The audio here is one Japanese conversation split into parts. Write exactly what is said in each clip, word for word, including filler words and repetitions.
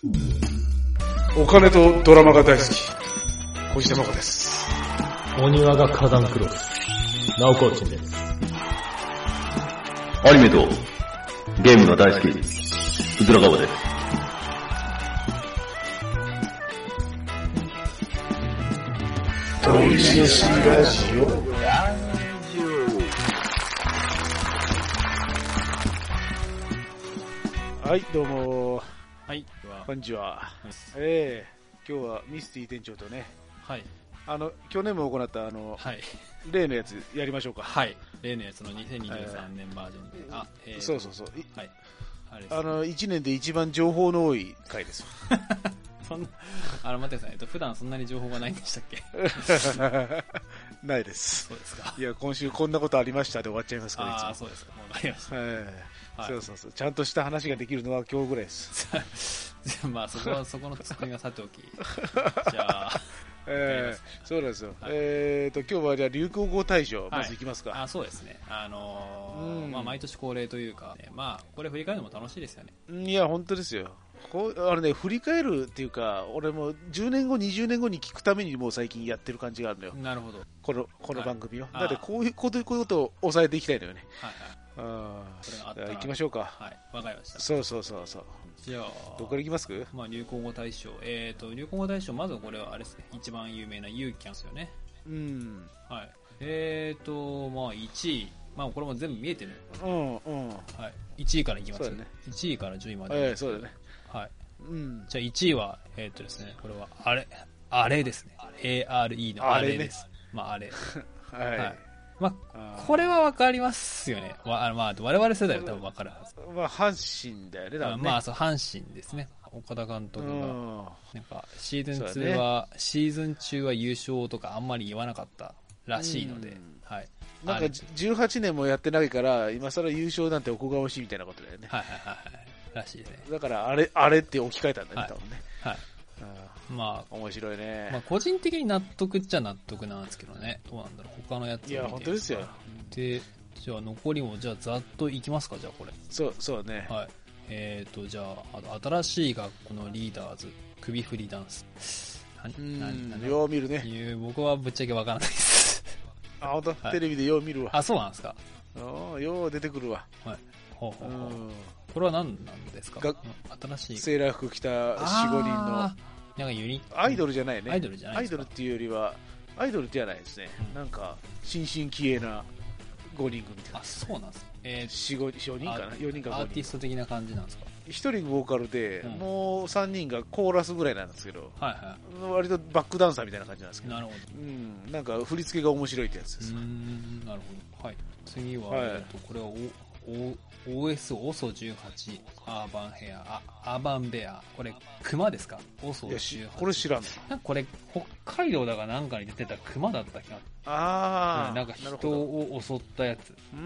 お金とドラマが大好き、小石山子です。 お庭が火山黒です。ナオコーチンです。 アニメとゲームが大好き、うずらがわです。 トイシシラジオ。はい、どうも。 はい、 こんにちは。ええー、今日はミスティ店長とね、 はい、 あの去年も行ったあの、 はい、 例のやつやりましょうか。 はい、例のやつのにせんにじゅうさんねんバージョンで、えー、あ、えー、 そうそうそう。 はい、 あれですね、あのいちねんで一番情報の多い回です。 そんな、あの待ってください、えっと普段そんなに情報がないんでしたっけ？ ないです。 そうですか。 いや、今週こんなことありましたで終わっちゃいますから。 ああ、そうですか。もうわかりました。 はいはい、そうそうそう、ちゃんとした話ができるのは今日ぐらいです。 まあそこはそこのツッコミがさておき。じゃあ、 えー、そうなんですよ。はい、えーと今日はじゃあ流行語大賞、まずいきますか。 はい、あ、そうですね。あのー、まあ毎年恒例というか、ね、まあこれ振り返るのも楽しいですよね。 いや本当ですよ。こうあれね、振り返るっていうか、俺もじゅうねんご、にじゅうねんごに聞くためにもう最近やってる感じがあるのよ。 なるほど。 このこの番組を。だってこういうこと、こういうことを抑えていきたいのよね。はいはい。ああ、行きましょうか。 はい、わかりました。 そうそうそうそう。 じゃあ、 どこから行きますか？ まあ流行語大賞、えっ、ー、と流行語大賞、まずこれはあれですね、一番有名なユーキャンですよね。 うん。 はい。えっ、ー、とまあいちい、まあこれも全部見えてる。 うんうん。 はい。いちいからいきます。 そうだね。 いちいからじゅういまで。 ええー、そうだね。 はい。 うん。 じゃあいちいはえっ、ー、とですね、これはあれあれですね。エーアールイー のあれです。ね、まああれ。はい。はい、まあ、これはわかりますよね。わあまあ、我々世代は多分わかるはず。 まあ、阪神だよね、だね。 まあ、そう、阪神ですね。岡田監督が、なんか、シーズンツーは、ね、シーズン中は優勝とかあんまり言わなかったらしいので、はい。 なんか、じゅうはちねんもやってないから、今更優勝なんておこがましいみたいなことだよね。 はいはいはい。らしいですね。 だから、あれ、あれって置き換えたんだね、はい、多分ね。はい。 まあ、 面白いね。 まあ、個人的に納得っちゃ納得なんですけどね。どうなんだろう。他のやつを見て。 いや、本当ですよ。 で、じゃあ残りも、じゃあざっといきますか、じゃあこれ。 そう、そうね。 はい。えーと、じゃあ、新しい学校のリーダーズ、首振りダンス。 何何よう見るね。 僕はぶっちゃけわからないです。 あ、本当、はい、テレビでよう見るわ。 あ、そうなんですか。 あよう出てくるわ。 はい。ほうほうほう。これは何なんですか？新しい。 セーラー服着たよん、ごにんの。 なんかユニアイドルじゃないね。 アイドルじゃないアイドルっていうよりは、アイドルじゃないですね。うん、なんか、新進気鋭なごにん組みたいな。 あ、そうなんですか。えー、よん、よにんかな ?よ 人かごにん。 アーティスト的な感じなんですか？ ひとりボーカルで、うん、もうさんにんがコーラスぐらいなんですけど、はいはい、割とバックダンサーみたいな感じなんですけど。 なるほど。 うん、なんか振り付けが面白いってやつです。 うーん、なるほど。はい。次は、はい、えっと、これはお、お、オーエス オソじゅうはち アーバンヘアアアーバンベア、これクマですか？オソじゅうはち。 これ知らんの。 なんかこれ北海道だかなんかに出てたクマだったっけな。 ああ、 うん、なんか人を襲ったやつ。 うんうん。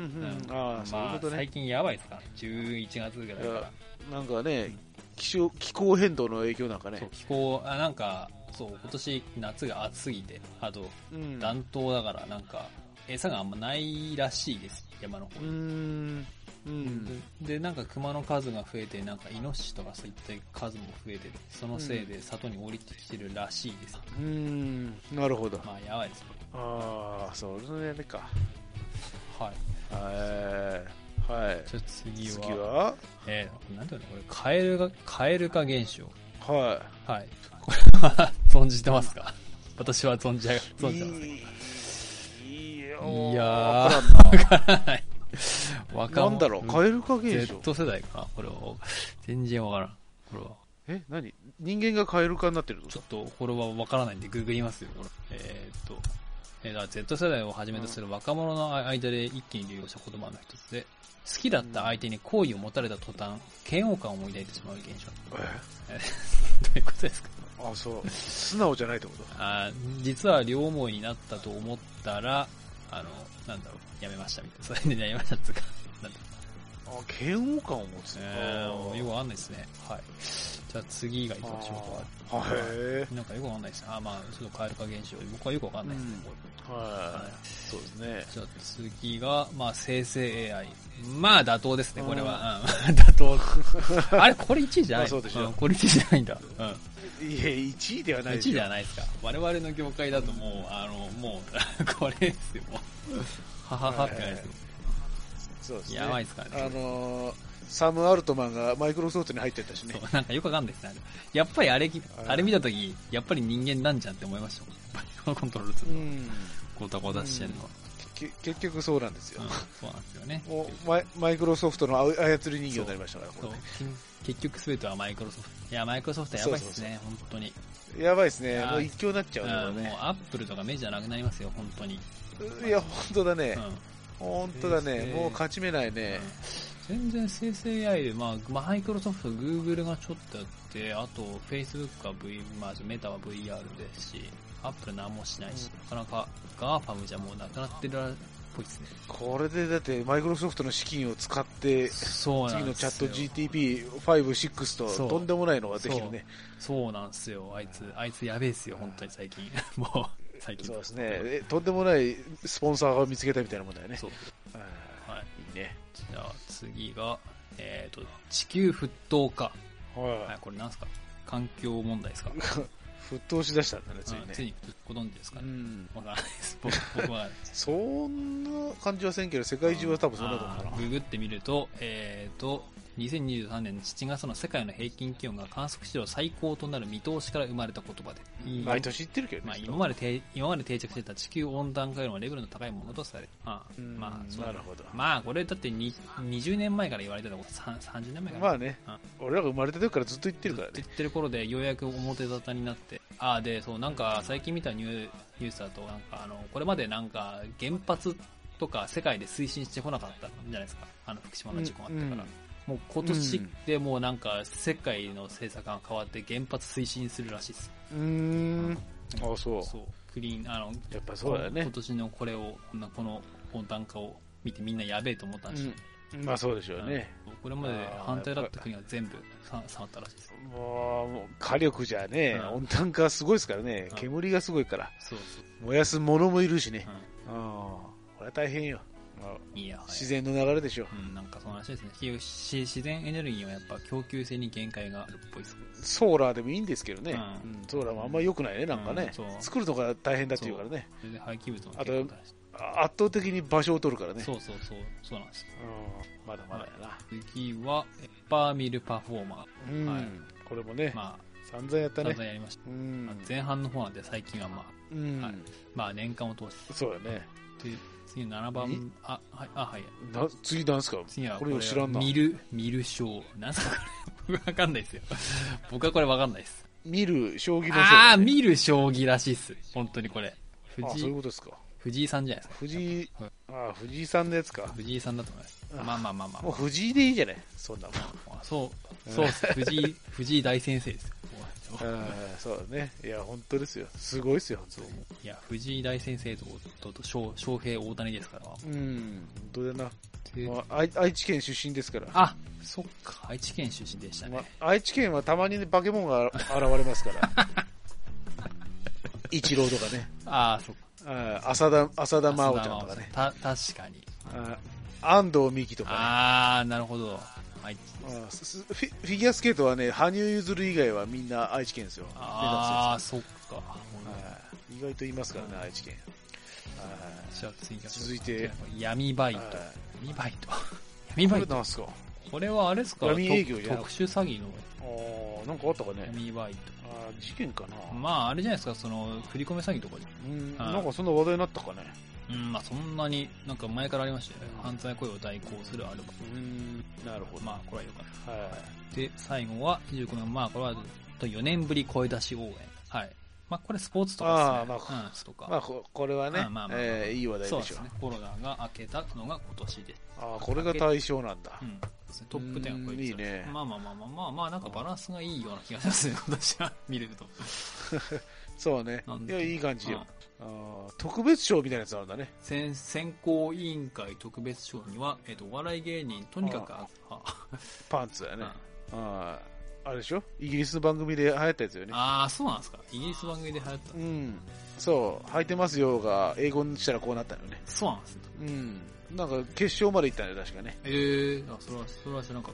ああ、そういうことね。 最近やばいですか？じゅういちがつぐらいから。 なんかね、気象気候変動の影響なんかね。 そう、気候あなんかそう今年夏が暑すぎて、あと、うん、暖冬だからなんか餌があんまないらしいです、山の方に。うーん。うん、で, でなんか熊の数が増えて、なんかイノシシとかそういった数も増えて、そのせいで里に降りてきてるらしいです。 うーん、なるほど。 まあやばいですね。 ああ、そうねか。 はい。 えー、はい。 じゃあ次は、 次はえー、なんていうのこれカエルがカエル化現象。 はい。 はい。これは存じてますか？私は存じ上げ存じてます。 いやー、いやーわからない。 なんだろう、カエル化現象。 Z 世代かなこれは。全然わからん。これは。 え、何？人間がカエル化になってるの？ ちょっと、これはわからないんで、ググりますよ。えー、っと、えー、だから Z 世代をはじめとする若者の間で一気に流行した言葉の一つで、好きだった相手に好意を持たれた途端、嫌悪感を抱いてしまう現象。えどういうことですか？ あ、そう。素直じゃないってこと？ あ、実は両思いになったと思ったら、あの、なんだろう、やめましたみたいな。それでやめましたっつうか、なんだろあ、嫌悪感を持つね。 えー、よくわかんないですね。はい。じゃあ次がいきましょうか。 はい。 なんかよくわかんないですね。あ、まあ、ちょっと蛙化現象。僕はよくわかんないですね。 うん、はい、はい。そうですね。 じゃあ次が、まあ、生成 エーアイ。まあ、妥当ですね、これは。うん、妥当。あれ、これいちいじゃない、まあ、 そうでしょ、 うん。これいちいじゃないんだ。 うん。いや、いちいではないですよ。 いちいではないですか。我々の業界だともう、あの、もう、これですよ、もう。はははってないですよ。 そうですね。 やばいですからね。 あのー、サム・アルトマンがマイクロソフトに入ってったしね。 そう、なんかよくわかんないですね。やっぱりあれ、あれ見たとき、やっぱり人間なんじゃんって思いましたもん。やっぱりこのコントロールするの。ゴタゴタしてんの。 結局そうなんですよ。 うん、そうなんですよね。 もうマイ、マイクロソフトの操り人形になりましたから、 そう。結局すべてはマイクロソフト。いや、マイクロソフトやばいですね、本当に。 やばいですね。もう一強になっちゃうからね。 もうアップルとか目じゃなくなりますよ、本当に。 いや、本当だね。本当だね。もう勝ち目ないね。 全然生成 エーアイ で、まあ、マイクロソフト、グーグルがちょっとやって、あと、フェイスブックは V、まあ、メタは ブイアール ですし、アップル何もしないし、うん、なかなかガーファムじゃもうなくなってるっぽいですね。 これでだって、マイクロソフトの資金を使って、 そうなんですよ。 次のチャット ジーティーピーファイブ、シックス ととんでもないのができるね。 そう、そうなんですよ。あいつ、あいつやべえっすよ、本当に最近。もう、最近。 そうですね。え、とんでもないスポンサーを見つけたみたいなもんだよね。 そう。 はい。いいね。 じゃあ次が、えっと、地球沸騰化。 はい。 はい、これなんすか？環境問題ですか？ 沸騰しだしたんだね、ついね。 ついにご存知ですかね。 うん。 わからないです。僕、僕は。 そんな感じはせんけど、世界中は多分そんなと思うかな。 ググってみると、えっと、にせんにじゅうさんねんしちがつの世界の平均気温が観測史上最高となる見通しから生まれた言葉で。 毎年言ってるけどね。 まあ、今まで定、今まで定着していた地球温暖化よりもレベルの高いものとされる。ああまあ、 なるほど。 まあ、これだってににじゅうねんまえから言われてたこと、さんじゅうねんまえから。 まあね、うん。俺らが生まれた時からずっと言ってるからね。 言ってる頃でようやく表沙汰になって。ああ、で、そう、なんか最近見たニューニュースだと、なんかあの、これまでなんか原発とか世界で推進してこなかったんじゃないですか。あの、福島の事故があってから。うんうんもう今年でもうなんか世界の政策が変わって原発推進するらしいです。 うーん。ああ、そう。 そう。クリーン、あの、 やっぱそうだよね。 今年のこれを、この温暖化を見てみんなやべえと思ったんでしょう、 うん。まあそうでしょうね。 これまで反対だった国は全部触ったらしいです。 もう、火力じゃね、うん、温暖化すごいですからね。煙がすごいから。 そうそう。 燃やすものもいるしね。うん。これは大変よ。 いや自然の流れでしょう、 うん、なんかその話ですね。自然エネルギーはやっぱ供給性に限界があるっぽいです。 ソーラーでもいいんですけどね、うん、ソーラーもあんまり良くないね、なんかね、 うん、 作るのが大変だっていうからね、 それで廃棄物もあと圧倒的に場所を取るからね、 そうそうそう、そうなんですよ、 うん、まだまだやな、 はい、次はペッパーミルパフォーマー、 うんはい、これもね、まあ、散々やったね、 散々やりました、うんまあ、前半の方なんで最近はまあ、うんはい、まあ年間を通して、 そうだね。 で次ななばん、あ、はい、あ、はい。 な次なんすか次はこれを知らんな。 見る、見る賞。なんすかこれ僕わかんないですよ。僕はこれわかんないです。 見る、将棋の賞、ね。ああ、見る将棋らしいっす。本当にこれ。 藤井、あそういうことですか。 藤井さんじゃないですか。 藤井、ああ、藤井さんのやつか。 藤井さんだと思います。まあまあまあまあ、まあ。 もう藤井でいいじゃない。そんなもん。 そう、そうっす。藤井、藤井大先生ですよ。 そうだね。いや、本当ですよ。すごいですよ、本当に。 いや、藤井大先生と、と、と、翔平大谷ですから。 うん、本当だな。まあ、愛, 愛知県出身ですから。 あ、そっか、愛知県出身でしたね。 まあ、愛知県はたまに、ね、化け物が現れますから。一郎とかね。 ああ、そっか。 あ浅田、浅田真央ちゃんとかね。 た、確かに。 あ安藤美希とかね。 ああ、なるほど。 あフィ、フィギュアスケートはね、羽生結弦以外はみんな愛知県ですよ。 ああ、そっか。 意外といますからね、愛知県。 じゃあ次が続いて、 闇バイト。闇バイト。闇バイト。 これなんすかこれはあれですか闇営業じゃな特殊詐欺の。 ああ、なんかあったかね闇バイト。 ああ、事件かなまあ、あれじゃないですか、その、振り込め詐欺とかで。 うん、なんかそんな話題になったかねうん、まあそんなに、なんか前からありましたよね。犯罪行為を代行するアルバム。 うん、なるほど。 まあ、これはよかった。 はい。 で、最後は、にじゅうごねん、まあ、これは、よねんぶり声出し応援。はい。まあ、これスポーツとかですね。 ああ、まあ、うん、とか。まあ、これはね、まあまあまあ、えー、いい話題でしょう。 そうですね。コロナが明けたのが今年で。 ああ、これが対象なんだ。 うん。トップじゅうを超えていいね。 まあまあまあまあまあ、まあ、なんかバランスがいいような気がしますね、私は見れると。 そうね。いや、いい感じよ。 あ特別賞みたいなやつあるんだね。 選選考委員会特別賞には、えー、とお笑い芸人とにかくああパンツだよね。ああれでしょ、イギリスの番組で流行ったやつよね。 ああ、そうなんですか。イギリス番組で流行った。 うん。そう、履いてますよが英語にしたらこうなったよね。 そうなんですね。 うん。なんか決勝まで行ったんだよ確かね。 ええー、あ、それはそれは知らなかった。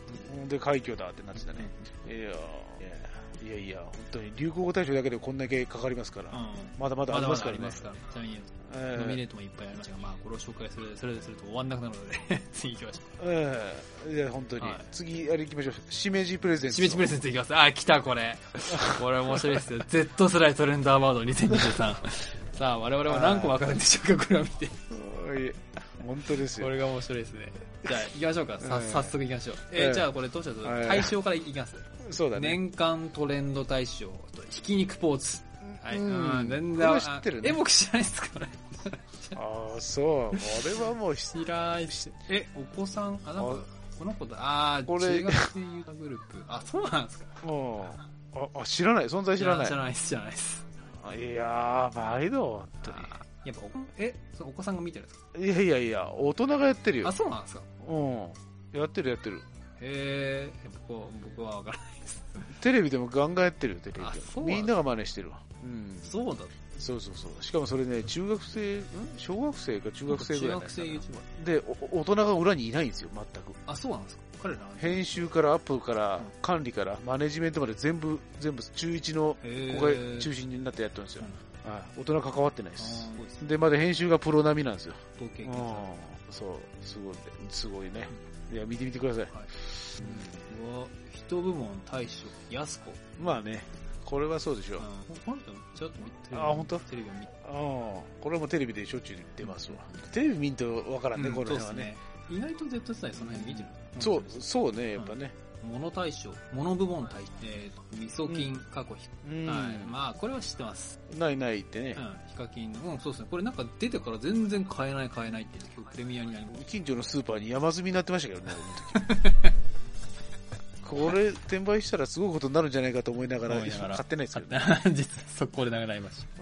で快挙だってなってたね。うん、いやいや。いやいや、本当に流行語大賞だけでこんだけかかりますから、うん、まだまだありますからね。まだまだありますから。 ちなみに、えー、ノミネートもいっぱいありましたが、まあ、これを紹介する、それですると終わんなくなるので、次行きましょう。 ええー、いや、本当に。はい、次、あれ行きましょう。しめじプレゼンツ。 しめじプレゼンツ行きます。あ、来た、これ。これ面白いですよ。Z スライトレンドアワードにせんにじゅうさん。さあ、我々は何個分かるんでしょうか、これを見て。 本当ですよ。 これが面白いですね。じゃあ、行きましょうか。さ、えー、早速行きましょう。えーえー、じゃあ、これどうしよう。対象から行きます。 そうだね。 年間トレンド大賞とひき肉ポーズ。はい。うん、全然。 これ知ってるね。 え、僕知らないですかこれ。 ああ、そう。これはもう知らないし。え、お子さん、あ、なんか、この子だ。ああ、これ。中学生ユーザーグループ。あ、そうなんですか。 もう、あ、あ知らない。存在知らない。 知らないです、知らないです。 いやー、バイド、本当に。 やっぱ、え、そお子さんが見てるんですか。 いやいやいや、大人がやってるよ。 あ、そうなんですか。 うん。やってるやってる。 へえ、僕は、僕はわからないです。 テレビでもガンガンやってるよ、テレビでも。みんなが真似してるわ。 うん。そうだ。 そうそうそう。しかもそれね、中学生、ん小学生か中学生ぐらい。 中学生 YouTuber。 で、大人が裏にいないんですよ、全く。 あ、そうなんですか。彼ら編集からアップから管理からマネジメントまで全部、全部中いちの子が中心になってやってるんですよ。はい、大人関わってないです。で、まだ編集がプロ並みなんですよ。 統計そう、すごい、すごいね。いや、見てみてください。はい、 うん、人部門大賞、やすこ。 まあね、これはそうでしょう。 本当ちょっと見てあ、本当テレビを見て。 ああ、これもテレビでしょっちゅう出ますわ。うん、テレビ見んとわからんね、うん、この辺はね。 意外と Z 世代その辺見てる。 そう、そうね、やっぱね。 モノ大賞、モノ部門大賞、えー、味噌菌、過去、うん、はい。まあ、これは知ってます。 ないないってね。 うん、ヒカキン、うん、そうですね。これなんか出てから全然買えない買えないって今日プレミアになります。 近所のスーパーに山積みになってましたけどね、これ転売したらすごいことになるんじゃないかと思いながら買ってないですけど、ね、 実は速攻で流れました。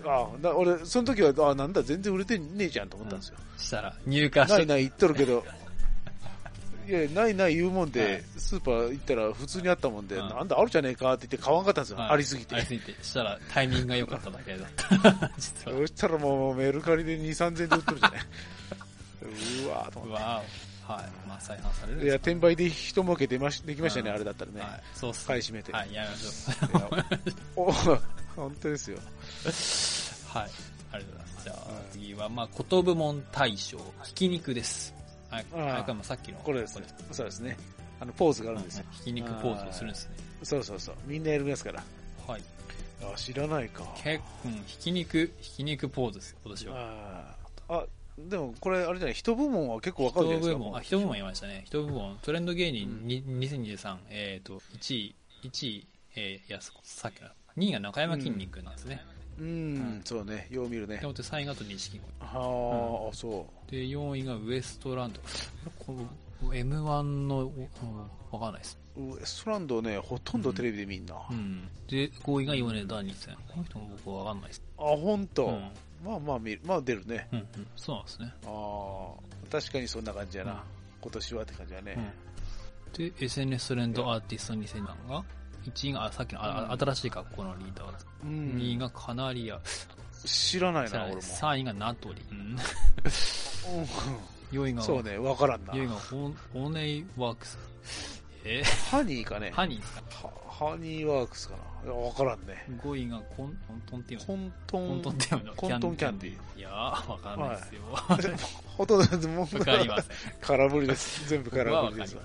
ああ、俺その時はあなんだ全然売れてねえじゃんと思ったんですよ。 うん、したら入荷してないない言っとるけど。いや、ないない言うもんで、はい、スーパー行ったら普通にあったもんで、うん、なんだあるじゃねえかって言って買わんかったんですよ、はい、ありすぎて。 ありすぎて。したらタイミングが良かっただけだった。実は。 そしたらもうメルカリでに、さんぜんえんで売ってるじゃない。うわぁと思って。 うわぁ。はい。まあ再販されるんですか。 いや、転売で一儲け出まし、できましたね、うん、あれだったらね。はい。 そうっすね。 買い占めて。 はい、やめましょう。お本当ですよ。 はい。ありがとうございます。じゃあ、次は、まあ、こと部門大賞、ひき肉です。はい。ああ、さっきの。 これです。そうですね。あの、ポーズがあるんですよ。 ひき肉ポーズをするんですね。 そうそうそう。みんなやるやつから。 はい。 あ、知らないか。 結構、ひき肉、ひき肉ポーズです、今年は。 ああ。でも、これ、あれじゃない、一部門は結構わかるじゃないですか。 一部門、あ、一部門言いましたね。一部門、トレンド芸人にせんにじゅうさん、えっと、いちい、いちい、えー、やすこ、さっきの。にいが中山筋肉なんですね。 うん、うん、そうね、よう見るね。 で、さんいがと錦鯉。 はあ、うん、そう。 で、よんいがウエストランド。この エムワン の、わかんないです。 ウエストランドね、ほとんどテレビで見んな。 うん。うん、で、ごいが米田にせん。この人も僕はわかんないです。 あ、ほんと、うん、まあまあ見る。まあ出るね。 うん、うん。そうなんですね。 ああ、確かにそんな感じやな。うん、今年はって感じやね。 うん、で、エスエヌエス トレンドアーティストにせんなんが、いちいが、あ、さっきの、あ、新しい学校のリーダー。うん、にいがカナリア。 知らないな、俺も。 さんいがナトリ。うん、よんいが、 そうね、わからんな。 よんいがホホネイワークス。えハニーかね。 ハニーですか。 ハニーワークスかな。わからんね。 ごいがコン、コントンっていうの。 コントン。 コントンっていうの。 コントンキャンディー。 いやー、わかんないですよ。 はい、ほとんど、もう、 わかりません。 空振りです。全部空振りです。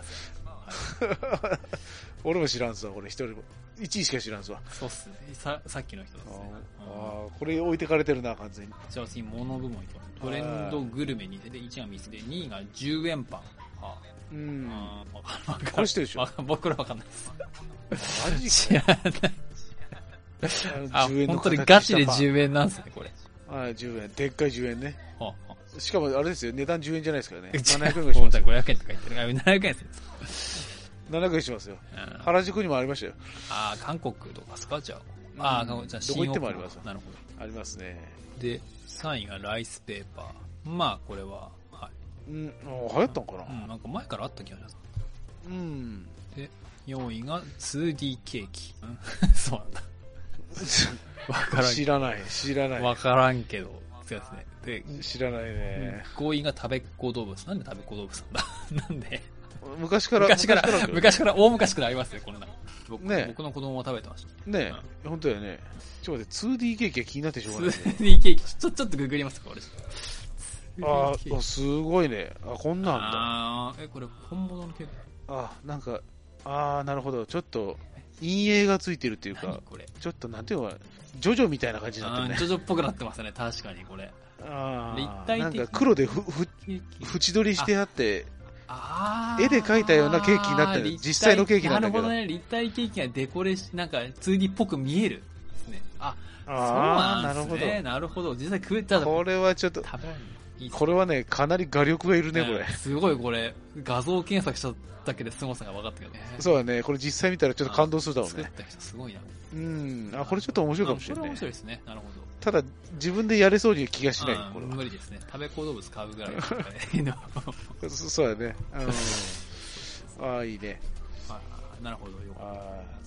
俺も知らんすわ、これ一人も。いちいしか知らんすわ。 そうっすね。さ、さっきの人ですね。 ああ、これ置いてかれてるな、完全に。 じゃあ次、モノ部門いきます。トレンドグルメに、で、いちがミスで、にいがじゅうえんパン。はあ、 うん。 あわかんない。 これ知ってるでしょ。 僕らわかんないです。 マジ知らない。あ、本当にガチでじゅうえんなんすね、これ。 はい、じゅうえん。でっかいじゅうえんね。 はあはあ、しかも、あれですよ、値段じゅうえんじゃないですからね。ななひゃくえんぐらいしますよ。ごひゃくえんとか言ってる。ななひゃくえんです。 ななひゃくえんしますよ。原宿にもありましたよ。 ああ、韓国とかですかじゃあ。 ああ、じゃあどこ行ってもあります。 なるほど。ありますね。 で、さんいがライスペーパー。まあ、これは、はい。 うん、流行ったんかな。 うん、なんか前からあった気がします。 うん。 で、よんいが ツーディー ケーキ。そうなんだ。わからん。 知らない、知らない。 わからんけど。そうですね。で、 知らないね。 ごいが食べっ子動物。なんで食べっ子動物なんだなんで昔から、 昔から、昔から、昔から大昔からありますね、これな。僕、 ね、 僕の子供も食べてました。 ねえ、うん、本当だよね。ちょっと待って、ツーディー ケーキが気になってしょうがない、ね。 ツーディー ケーキ、ちょ、ちょっとググりますか、俺。 ああ、すごいね。あ、こんなんだ。 ああ、え、これ本物のケーキ？ あ、なんか、ああ、なるほど。ちょっと、陰影がついてるっていうか、 これちょっとなんていうのか、ジョジョみたいな感じになってるね。 ジョジョっぽくなってますね、確かにこれ。 ああ、 立体的なんか黒でふ、ふ、縁取りしてあって、 あ絵で描いたようなケーキになってる。実際のケーキなんだけど。 なるほどね、立体ケーキがデコレーション、なんか ツーディー っぽく見えるですね。あ、 あそうなんですね。なるほど。実際食えたら。 これはちょっと、 食べられる。 これはね、かなり画力がいるね、これ。 すごいこれ、画像検索しただけで凄さが分かったけどね。 そうだね、これ実際見たらちょっと感動するだろうね。 作った人すごいな。 うん、あ、これちょっと面白いかもしれない。 これ面白いですね。なるほど。 ただ、自分でやれそうに気がしない、 これ無理ですね。食べ小動物買うぐらい。 そ, そうだね。うん、ああ、いいね。 なるほど、よかった。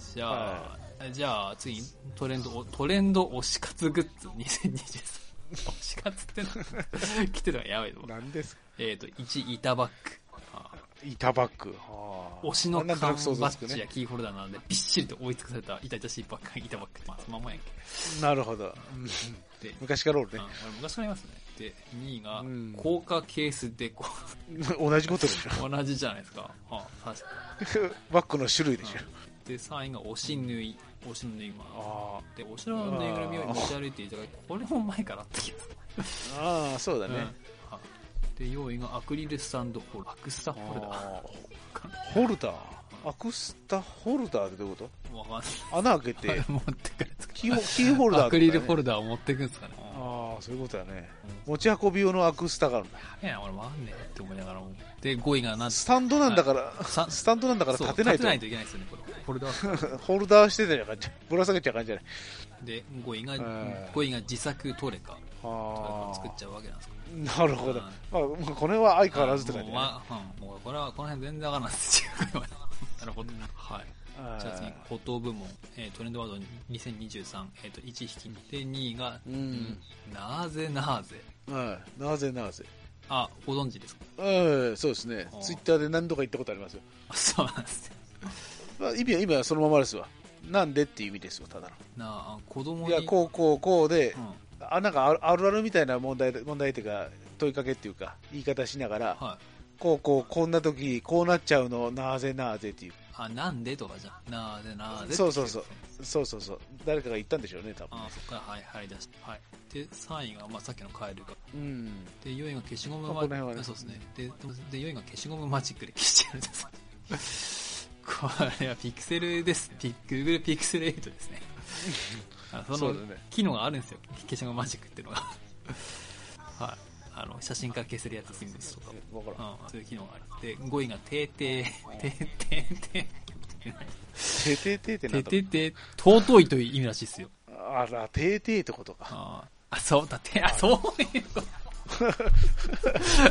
じゃあ、じゃあ次にトレンド、トレンド推し活グッズにせんにじゅうさん。推し活っての来てるのがやばいぞ。 何ですか？ えっと、いち、板バッグ。板バッグ。 推しの缶バッジやキーホルダーなんで、びっしりと追いつかされた痛々しいバッグ、板バッグ。まあ、そのままやんけ。 なるほど。で昔からおるね。 昔からいますね。で、にいが、硬化ケースデコ。 同じことでしょ。 同じじゃないですか。ああ、確かに。 バッグの種類でしょ。 で、さんいが推し縫い。推しの縫いぐるみ。で、推しの縫いぐるみを持ち歩いていたが、これも前からあった気がする。 ああ、そうだね。 で、よんいがアクリルスタンドホルダー。アクスタホルダー。 ホルダーアクスタホルダーってどういうこと？わかんない。 穴開けて、 持ってくるんですか？ キーホルダー。 アクリルホルダーを持ってくるんですかね。 ああ、そういうことだね。持ち運び用のアクスタがあるんだ。 やべえな、俺わかんねえって思いながらも。で、ごいがなんスタンドなんだから、スタンドなんだから立てないと。 立てないといけないですよね、これ。ホルダー。 ホルダーしてたじゃん、ぶら下げちゃう感じじゃない。 で、ごいが、ごいが自作トレカ。トレカを作っちゃうわけなんですか。 なるほど。まあ、これは相変わらずって感じね。 もう、これは、この辺全然わかんないですよ。なるほど。はい。じゃあ次、フォト部門、えー、トレンドワードにせんにじゅうさん、えっ、ー、と、いち引きで、にいが、うん、なぜなぜ。 はい、なぜなぜ。 あ、ご存知ですか？ ええ、そうですね。ツイッターで何度か言ったことありますよ。 そうなんですね。 まあ、意味は、今はそのままですわ。なんでっていう意味ですよ、ただの。 なあ、子供に。 いや、こう、こう、こうで、うん、あ、なんかあるあるみたいな問題、問題というか、問いかけっていうか、言い方しながら、はい、こう、こう、こんな時、こうなっちゃうの、なぜなぜっていう。 あ、なんでとかじゃん。なぜなぜ。 そうそうそう。そうそうそう。誰かが言ったんでしょうね、多分。 あ、そっから、はい、入り出して。はい。で、さんいが、まあ、さっきのカエルが。 うん。 で、よんいが消しゴムマジック。ね、そうですね。で、で、よんいが消しゴムマジックで消してるんです。これはピクセルです。ピ Google ピクセルエイトですね。その機能があるんですよ。消しゴムマジックっていうのが。はい。あの、写真から消せるやつ、人物とか。 わからん。 うん、そういう機能がある。で、ごいが、てーてー、てーてーてー。 てーてーてーってなんだろう？ てーてーてー、尊いという意味らしいですよ。 あら、てーてーってことか。 ああ、そうだ、て、あ、そういうこと。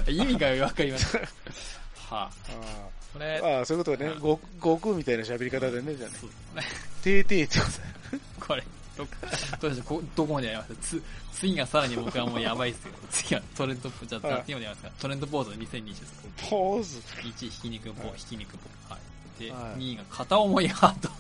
意味がわかりました。はあ。 これああ、そういうことね。悟空みたいな喋り方でね、じゃあね。てーてーってことこれ。ど, ど, うしこどこまでやりますつ次がさらに僕はもうやばいっすよ。次はトレンド、じゃあ、次までやりますか。トレンドポーズにせんにじゅうさん。 ポーズ ? いち、ひき肉ポ、ひき肉ポ。はい。で、はい、にいが片思いハート。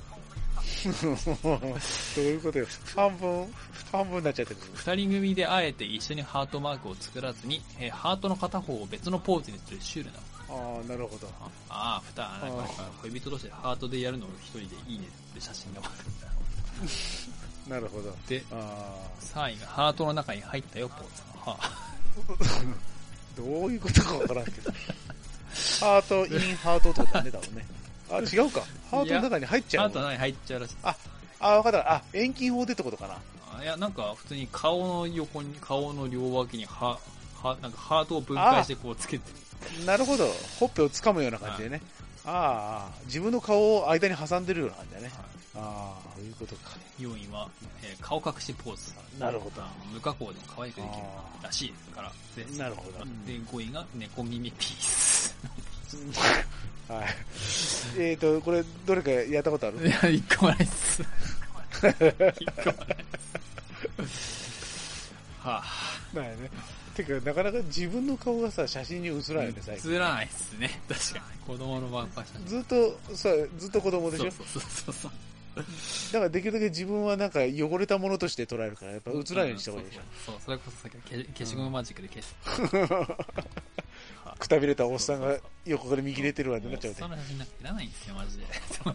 どういうことよ。半分、半分になっちゃってる。 二人組であえて一緒にハートマークを作らずに、えー、ハートの片方を別のポーズにするシュールな。 ああ、なるほど。 ああ、ふた、恋人同士でハートでやるのを一人でいいねって写真がわかる。 なるほど。 で、さんいがハートの中に入ったよ、ポーズ。はあ、 どういうことかわからんけど。ハート、インハートってことだね、多分ね。あ、違うか。ハートの中に入っちゃう。 ハートの中に入っちゃうらしい。 あ、あ、わかった。あ、遠近法でってことかな。 いや、なんか普通に顔の横に、顔の両脇には、は、なんかハートを分解してこうつけて。 なるほど。ほっぺを掴むような感じでね。 ああ、自分の顔を間に挟んでるような感じだね。はい、ああ、そういうことか。 よんいは、えー、顔隠しポーズ。 なるほど。 無加工でも可愛くできるらしいですからです。 なるほど。 で、ごいが猫耳ピース。 はい。えーと、これ、どれかやったことある？ いや、一個もないっす。一個もないっす。はぁ。 ないね。てか、なかなか自分の顔がさ、写真に写らないよね、最近。 写らないっすね。確かに。子供のバンパー写真。 ずっと、さ、ずっと子供でしょ？ そうそうそうそう。 だからできるだけ自分はなんか汚れたものとして捉えるから、やっぱ映らないようにした方がいいでしょ。 そう、それこそさっき消し消しゴムマジックで消す。 くたびれたおっさんが横から見切れてるわってなっちゃうね。 そんな写真なんかいらないんですよ、マジで。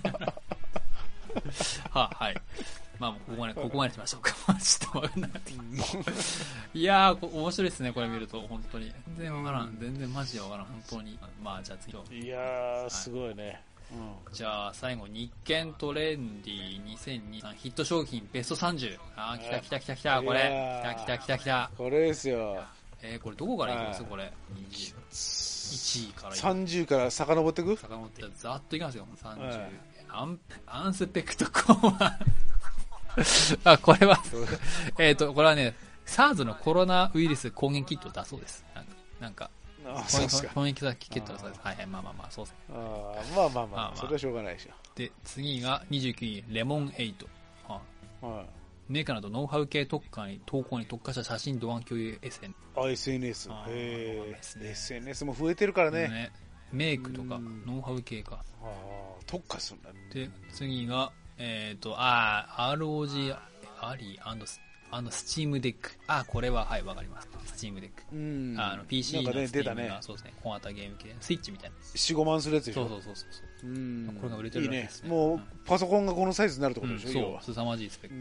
ははい。まあ、ここまで、ここまでしましょうか。ちょっとわかんなかった。いやー、面白いですね、これ見ると、本当に。全然わからん。全然マジでわからん、本当に。まあ、じゃあ次。 いやー、すごいね。 うん、じゃあ最後、日経トレンディにせんにじゅうさんヒット商品ベストさんじゅう。あー、来た来た来た来た、これ。来た来た来た来た。 これですよ。 えー、これどこからいきますこれ。いちいからいきます。 さんじゅうから遡っていく？ 遡って。ざっといきますよ、さんじゅう。アン、アンスペクトコア。あ、これは、えっと、これはね、SARS のコロナウイルス抗原キットだそうです。なんか、なんか、 あそうですか。 抗原キットだそうです。はいはい、まあまあまあ、そうですね。 あまあまあまあ、それはしょうがないでしょ。 で、次がにじゅうきゅうい、レモンエイト。はい。はいメーカーなどノウハウ系特化に投稿に特化した写真動画共有 エスエヌエス。 あ、エスエヌエス。へえ。エスエヌエス も増えてるからね。ねメイクとかノウハウ系か。 ああ、特化するんだね。 で、次が、えっ、ー、と、ああ、アールオージー、アリー、アンドス、あの、スチームデック。あ、これは、はい、わかります。スチームデック。うん。あの、ピーシー のスチームが、そうですね、小型ゲーム機で、スイッチみたいな。 よん、ごまんするやつでしょ。 そうそうそうそう。うん。これが売れてるわけですね。 いいね。もう、パソコンがこのサイズになるってことでしょ、 そう、凄まじいスペック。うん。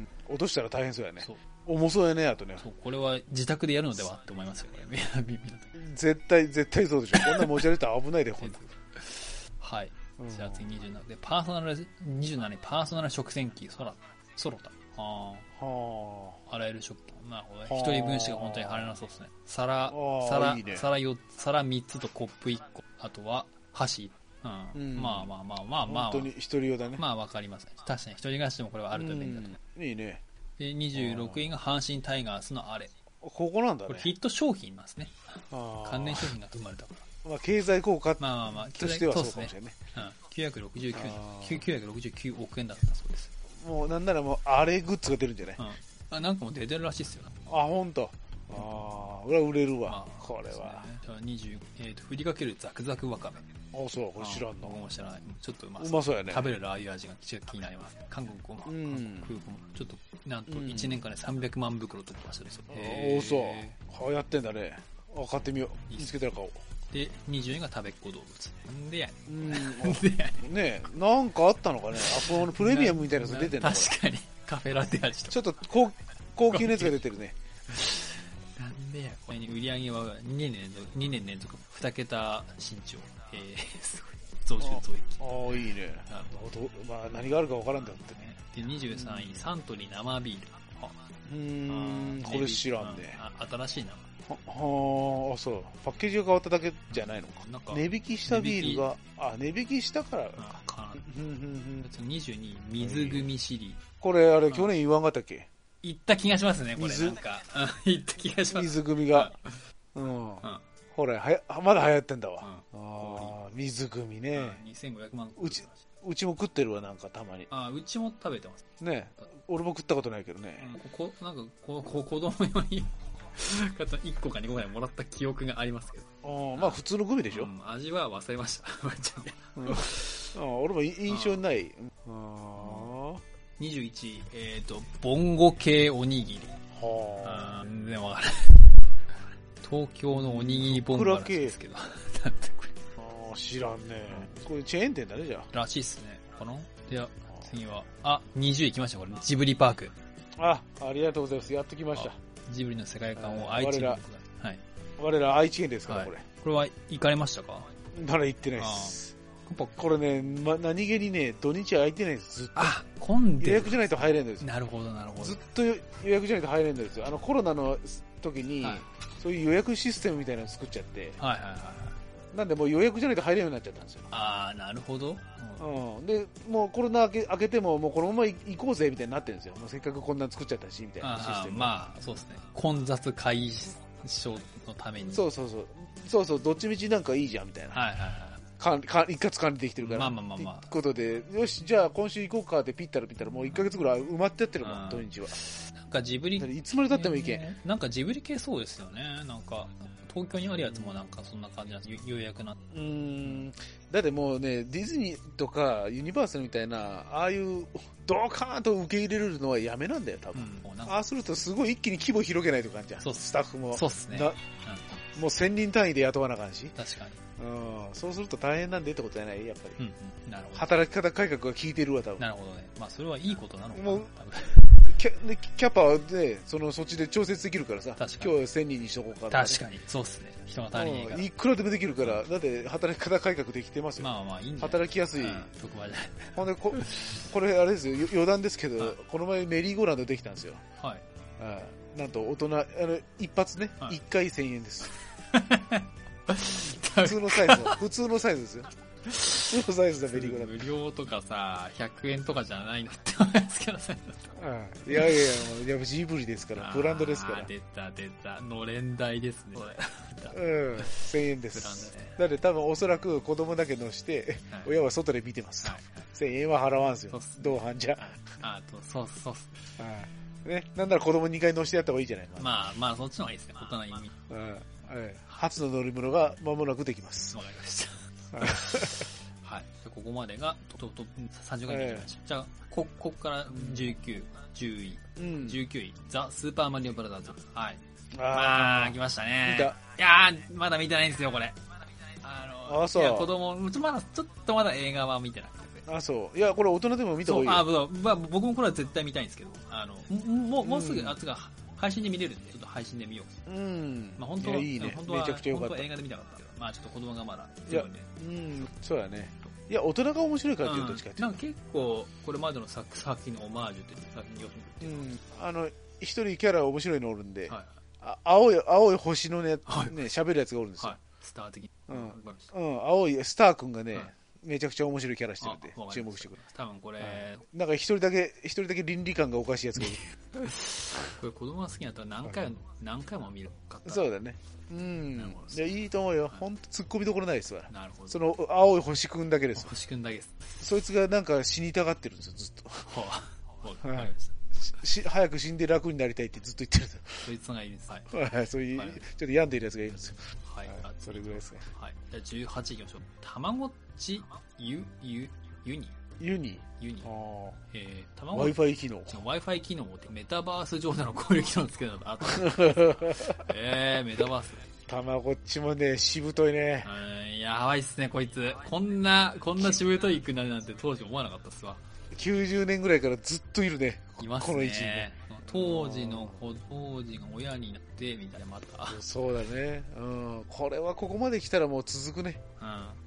落としたら大変そうやね。そう。重そうやね、あとね。 そう、これは自宅でやるのではって思いますよ、これ。 絶対、絶対そうでしょ。こんな持ち歩いたら危ないで、ほんと。 はい。じゃあ次にじゅうななで、パーソナル、にじゅうななにパーソナル食洗機、ソラ、ソロタ。はあ。はあ。あらゆる食器。なるほどね。一人分しか本当に入らなそうですね。皿、皿、いいね、皿よっつ、皿みっつとコップいっこ。あとは、箸。うん。うん、まあまあまあまあまあ。 本当に一人用だね。 まあわかります、ね。確かに一人暮らしでもこれはあると便利だと思う。 いいね。 で、にじゅうろくいが阪神タイガースのあれ。 ここなんだね。 これヒット商品なんですね。関連商品が生まれたから。 まあ、経済効果とまあまあまあ、 してはそうかもしれないね。 うん、きゅうひゃくろくじゅうきゅう、きゅうひゃくろくじゅうきゅうおくえんだったそうです。 もうなんならもうあれグッズが出るんじゃない？うん、 あなんかもう出てるらしいっすよ。 あ、ほんと。ああ、俺は売れるわ、まあ、これは。 ね、じゃあにじゅう、えーと、振りかけるザクザクわかめ。 あ、そう、これ知らんの。 僕も知らない。ちょっとうまそう。 うまそうやね。 食べるラー油味が気になります。韓国ごま。うん。空港ちょっと、なんといちねんかんでさんびゃくまん袋突破してるそうです。 おお、そう。流行ってんだね。あ、買ってみよう。見つけたら買おう。 で、にじゅうにが食べっ子動物。なんでやねん。 なんでやねん。ねえ、なんかあったのかね。あ、このプレミアムみたいなやつ出てんの？ 確かに。カフェラテ味とか。 ちょっと高高級なやつが出てるね。 なんでや、これに売り上げはにねん連続、にねん連続に桁身長。えー、すごい。増収増益。 ああ、いいね。なるほど。まあ、何があるかわからんだってね。 で、にじゅうさんい、サントリー生ビール。 うーん、これ知らんね。 新しいな。 はあ、そう。パッケージが変わっただけじゃないのか。なんか値引きしたビールが、あ、値引きしたからか。かにじゅうに、水組シリー。 これ、あれ、去年言わんかったっけ？ 言った気がしますね、これ。なんか。言った気がします。 水組が。うん。ほら、はや、まだ流行ってんだわ。ああ、水組ね。 にせんごひゃくまん。 うち、うちも食ってるわ、なんかたまに。 あ、うちも食べてます。 ね俺も食ったことないけどね。 ここ、なんか、ここ、子供用に。いっこかにこぐらいもらった記憶がありますけど。 あまあ普通のグミでしょ、うん、 味は忘れました。 うん、あ俺も印象ない。あにじゅういちい、えっ、ー、と、ボンゴ系おにぎり。はあ。全然わからない。東京のおにぎりボンゴらしいですけど。なんてこれ。 ああ、知らんね。これチェーン店だね、じゃあ。 らしいっすね。かなでは、次は、あ、にじゅういきました、これ。ジブリパーク。 あ、ありがとうございます。やっときました。 ジブリの世界観を愛知県で、はい、 我ら愛知県ですから、はい、これ。 これは行かれましたか？ まだ行ってないです。これね、ま、何気にね、土日空いてないです、ずっと。 あ、混んでる。 予約じゃないと入れんのですよ。 なるほど、なるほど。 ずっと予約じゃないと入れんのですよ。あのコロナの時に、はい、そういう予約システムみたいなのを作っちゃって、 はいはいはい。 なんでもう予約じゃないと入れるようになっちゃったんですよ。 ああ、なるほど。 うん。うん、で、もうコロナ明け、明けてももうこのまま行こうぜみたいになってるんですよ。もうせっかくこんな作っちゃったしみたいなシステム。 あまあそうですね。混雑解消のために。 そうそうそう。そうそう、どっちみちなんかいいじゃんみたいな。 はいはいはい。 かんか一括管理できてるから。 まあまあまあまあ。 ということで、よし、じゃあ今週行こうかってピッタラピッタラもういっかげつぐらい埋まってやってるもん、土日は。 なんかジブリ、 いつまで経ってもいけん、 えー。なんかジブリ系そうですよね。なんか、東京にあるやつもなんかそんな感じなんです。予約な。 うーん。だってもうね、ディズニーとかユニバーサルみたいな、ああいうドカーンと受け入れるのはやめなんだよ、多分。うん、ああするとすごい一気に規模広げないとかんじゃん。そうスタッフも。 そうっすね。 うん、もうせんにん単位で雇わなあかんし。 確かに。 うん、そうすると大変なんでってことじゃないやっぱり、 うんうん、なるほど。 働き方改革が効いてるわ多分。 なるほどね。まあそれはいいことなのかな。もう多分キャ, キャパはね、そのそっちで調節できるからさ。 確かに。 今日はせんにんにしとこうか、ね。 確かに。そうっすね。人が足りないから。 いくらでもできるから、だって働き方改革できてますよ。 まあまあいいんだ。 働きやすい。 職場じゃない。 ほんでこ、これあれですよ、余談ですけど、はい、この前メリーゴーランドできたんですよ。 はい。 ああなんと大人、あの、一発ね、はい、いっかいせんえんです。普通のサイズ、普通のサイズですよ。普通のサイズだ、メリーゴーランド。 無料とかさ、ひゃくえんとかじゃないのって思いますけどさ。 いやいやいや、ジブリですから、ブランドですから。 出た出た、のれん台ですね。 うん、せんえんです。だって多分おそらく子供だけ乗して、はい、親は外で見てます。はいはい、せんえんは払わんすよ。同伴じゃ。 あと、そうそうそう。 ね、なんなら子供にかい乗してやった方がいいじゃない。 まあまあ、そっちの方がいいですね、大人の意味。 うん。初の乗り物が間もなくできます。 わかりました。はい。ここまでが、と、と、さんじゅっかいめになりました。じゃあ、こ、ここからじゅうきゅう、じゅうい、うん、じゅうきゅうい、ザ・スーパーマリオブラザーズ。はい。あー、来ましたね。 見た。 いやー、まだ見てないんですよ、これ。あの、 あ、そう。 いや、子供、まだ、ちょっとまだ映画は見てなくて。 あ、そう。いや、これ大人でも見た方がいいよ。 あ、まあ、僕もこれは絶対見たいんですけど、あの、もう、もうすぐ、あ、つが、配信で見れるんで、ちょっと配信で見よう。 うん。 まあ本当は、 いいね。 本当はめちゃくちゃ良かった。 本当は映画で見たかったけど、まあちょっと子供がまだ、 いや、うん、そうやね。いや、大人が面白いからっていうと近い。 なんか結構、これまでの作品のオマージュって作品によく見てうん。あの、一人キャラ面白いのおるんで、はい、あ青い、青い星のね、はい、ね、喋るやつがおるんですよ。はい、 スター的に。 うん。うん、青い、スター君がね、はいめちゃくちゃ面白いキャラしてるんで、注目してくれ。 多分これ、 なんか一人だけ、一人だけ倫理観がおかしいやつがいる。 これ子供が好きだったら何回も、何回も見るかった。 そうだね。うん。いや、いいと思うよ。ほんと突っ込みどころないですわ。 なるほど。 その、青い星くんだけです。 星くんだけです。 そいつがなんか死にたがってるんですよ、ずっと。 はあ、わかりました。し早く死んで楽になりたいってずっと言ってるんですよ。 そいつがいいです。 はい。そういう、ちょっと病んでるやつがいるんですよ。 はい。 それぐらいですね。 はい。じゃあじゅうはちいきましょう。たまごっち、ゆ、ゆ、ユニユニユニ。 えー、たまご Wi-Fi 機能。 Wi-Fi 機能ってメタバース上での交流機能をつけるのとあった。えー、メタバース。 たまごっちもね、しぶといね。 うん、やばいっすね、こいつ。こんな、こんなしぶといくなるなんて当時思わなかったっすわ。 きゅうじゅうねんぐらいからずっといるね。 いますね。この位置にね。当時の子、当時が親になって、みたいな、また。 そうだね。うん。これはここまで来たらもう続くね。 うん。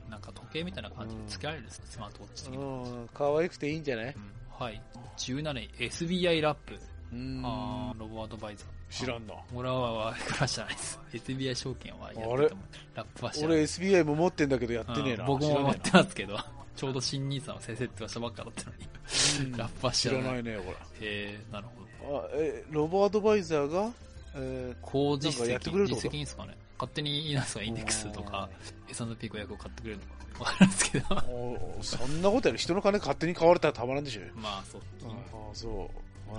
なんか時計みたいな感じで付けられるんです、うん、スマートウォッチ的に。 うん。可愛くていいんじゃない、うん、 はい。じゅうなない エスビーアイ ラップ。 うん。 あロボアドバイザー。 知らんな。 俺は、これは知らないです。エスビーアイ 証券はやってたもん。ラップは知らない。 俺 エスビーアイ も持ってんだけどやってねえな。 うん、僕も持ってますけど。ちょうど新ニーサの先生ってしたばっかだったのに。うん、ラップは知らない。 知らないね、これ。へえ、なるほど。あ、え、ロボアドバイザーが、えー、 高実績。 やってくれると実績ですかね。勝手に、なんですか、インデックスとか、エスアンドピー ごひゃくを買ってくれるのかわからんですけど。 そんなことやる人の金勝手に買われたらたまらんでしょ。 まあ、そう。 ああ、そう。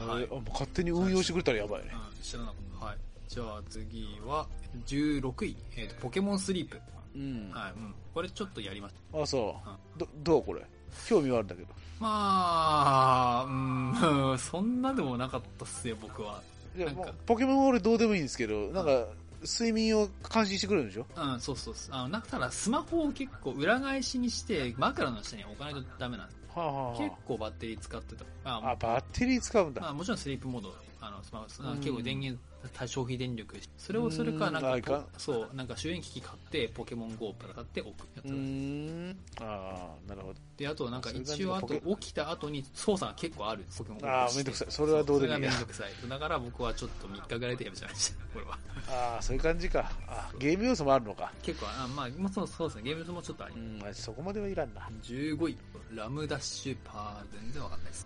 はい、あもう勝手に運用してくれたらやばいね。 うん、知らなかった。はい。じゃあ次は、じゅうろくい、えっと、ポケモンスリープ。 うん。 はい、うん。これちょっとやりました。 あ、そう。うん、ど、どうこれ興味はあるんだけど。 まあ、うん、そんなでもなかったっすよ、僕は。 いや、ポケモンは俺どうでもいいんですけど、なんか、睡眠を監視してくれるんでしょ？ うん、そうそうそう。あの、なんかただスマホを結構裏返しにして、枕の下に置かないとダメなんです。はあはあ、結構バッテリー使ってた。 あ、あバッテリー使うんだ。 まあ、もちろんスリープモード、あの、スマホ、結構電源、消費電力。それをするか、なんか、そう、なんか周辺機器買って、ポケモン ゴー プラ買って置くやつ。 うーん。ああ、なるほど。 で、あとなんか一応、あと起きた後に操作が結構あるんです、ポケモン ゴー。 ああ、めんどくさい。それはどうでもいい。 それがめんどくさい。だから僕はちょっとみっかぐらいでやめちゃいました、これは。 ああ、そういう感じか。あ、ゲーム要素もあるのか。 結構、あまあ、まあ、そうそうですね。ゲーム要素もちょっとあります。うん、そこまではいらんな。 じゅうごい、ラムダッシュパー、全然わかんないです。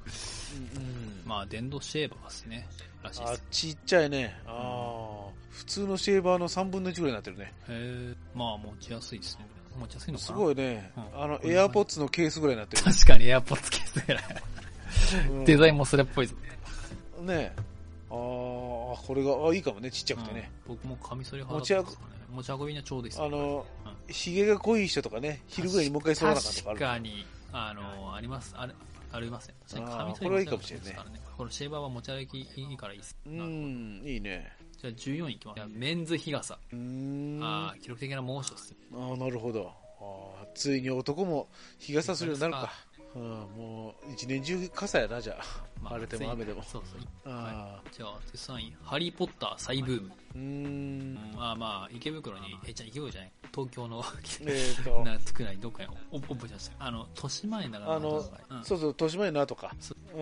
うん、うん。まあ、電動シェーバーですね。らしいです。 あ、ちっちゃいね。ああ、うん、普通のシェーバーのさんぶんのいちぐらいになってるね。 へえ。まあ、持ちやすいですね。持ちやすいのかな。 すごいね。うん、あの、エアポッツのケースぐらいになってる。 確かにエアポッツケースぐらい。デザインもそれっぽいぞ。 ねえ。ああ、これが、あ、いいかもね、ちっちゃくてね。 うん、僕もカミソリ派だったんですかね。持ち運びにはちょうどいいですね。 あの、ヒゲ、うん、が濃い人とかね、昼ぐらいにもう一回剃らなかったとかある。 確かに、あの、あります、あれ、ありますね。 カミソリこれはいいかもしれないね。 これシェーバーは持ち歩きいいからいいです。 うん、いいね。 じゃあじゅうよんいきます。メンズ日傘。うん。ああ、記録的な猛暑ですね。 ああ、なるほど。あついに男も日傘するようになるか。うん、もう一年中傘やな、じゃあ、まあ、晴れても雨でも。そうそう。あ、 はい、じゃあさんい、ハリーポッター再ブーム。うーん。まあまあ、池袋に、え、じゃ池袋じゃない、東京の、えっと、な、くらい、どっかに、お、覚えてました。あの、豊島園だから、 あの、うん、そうそう、豊島園の後か。うん。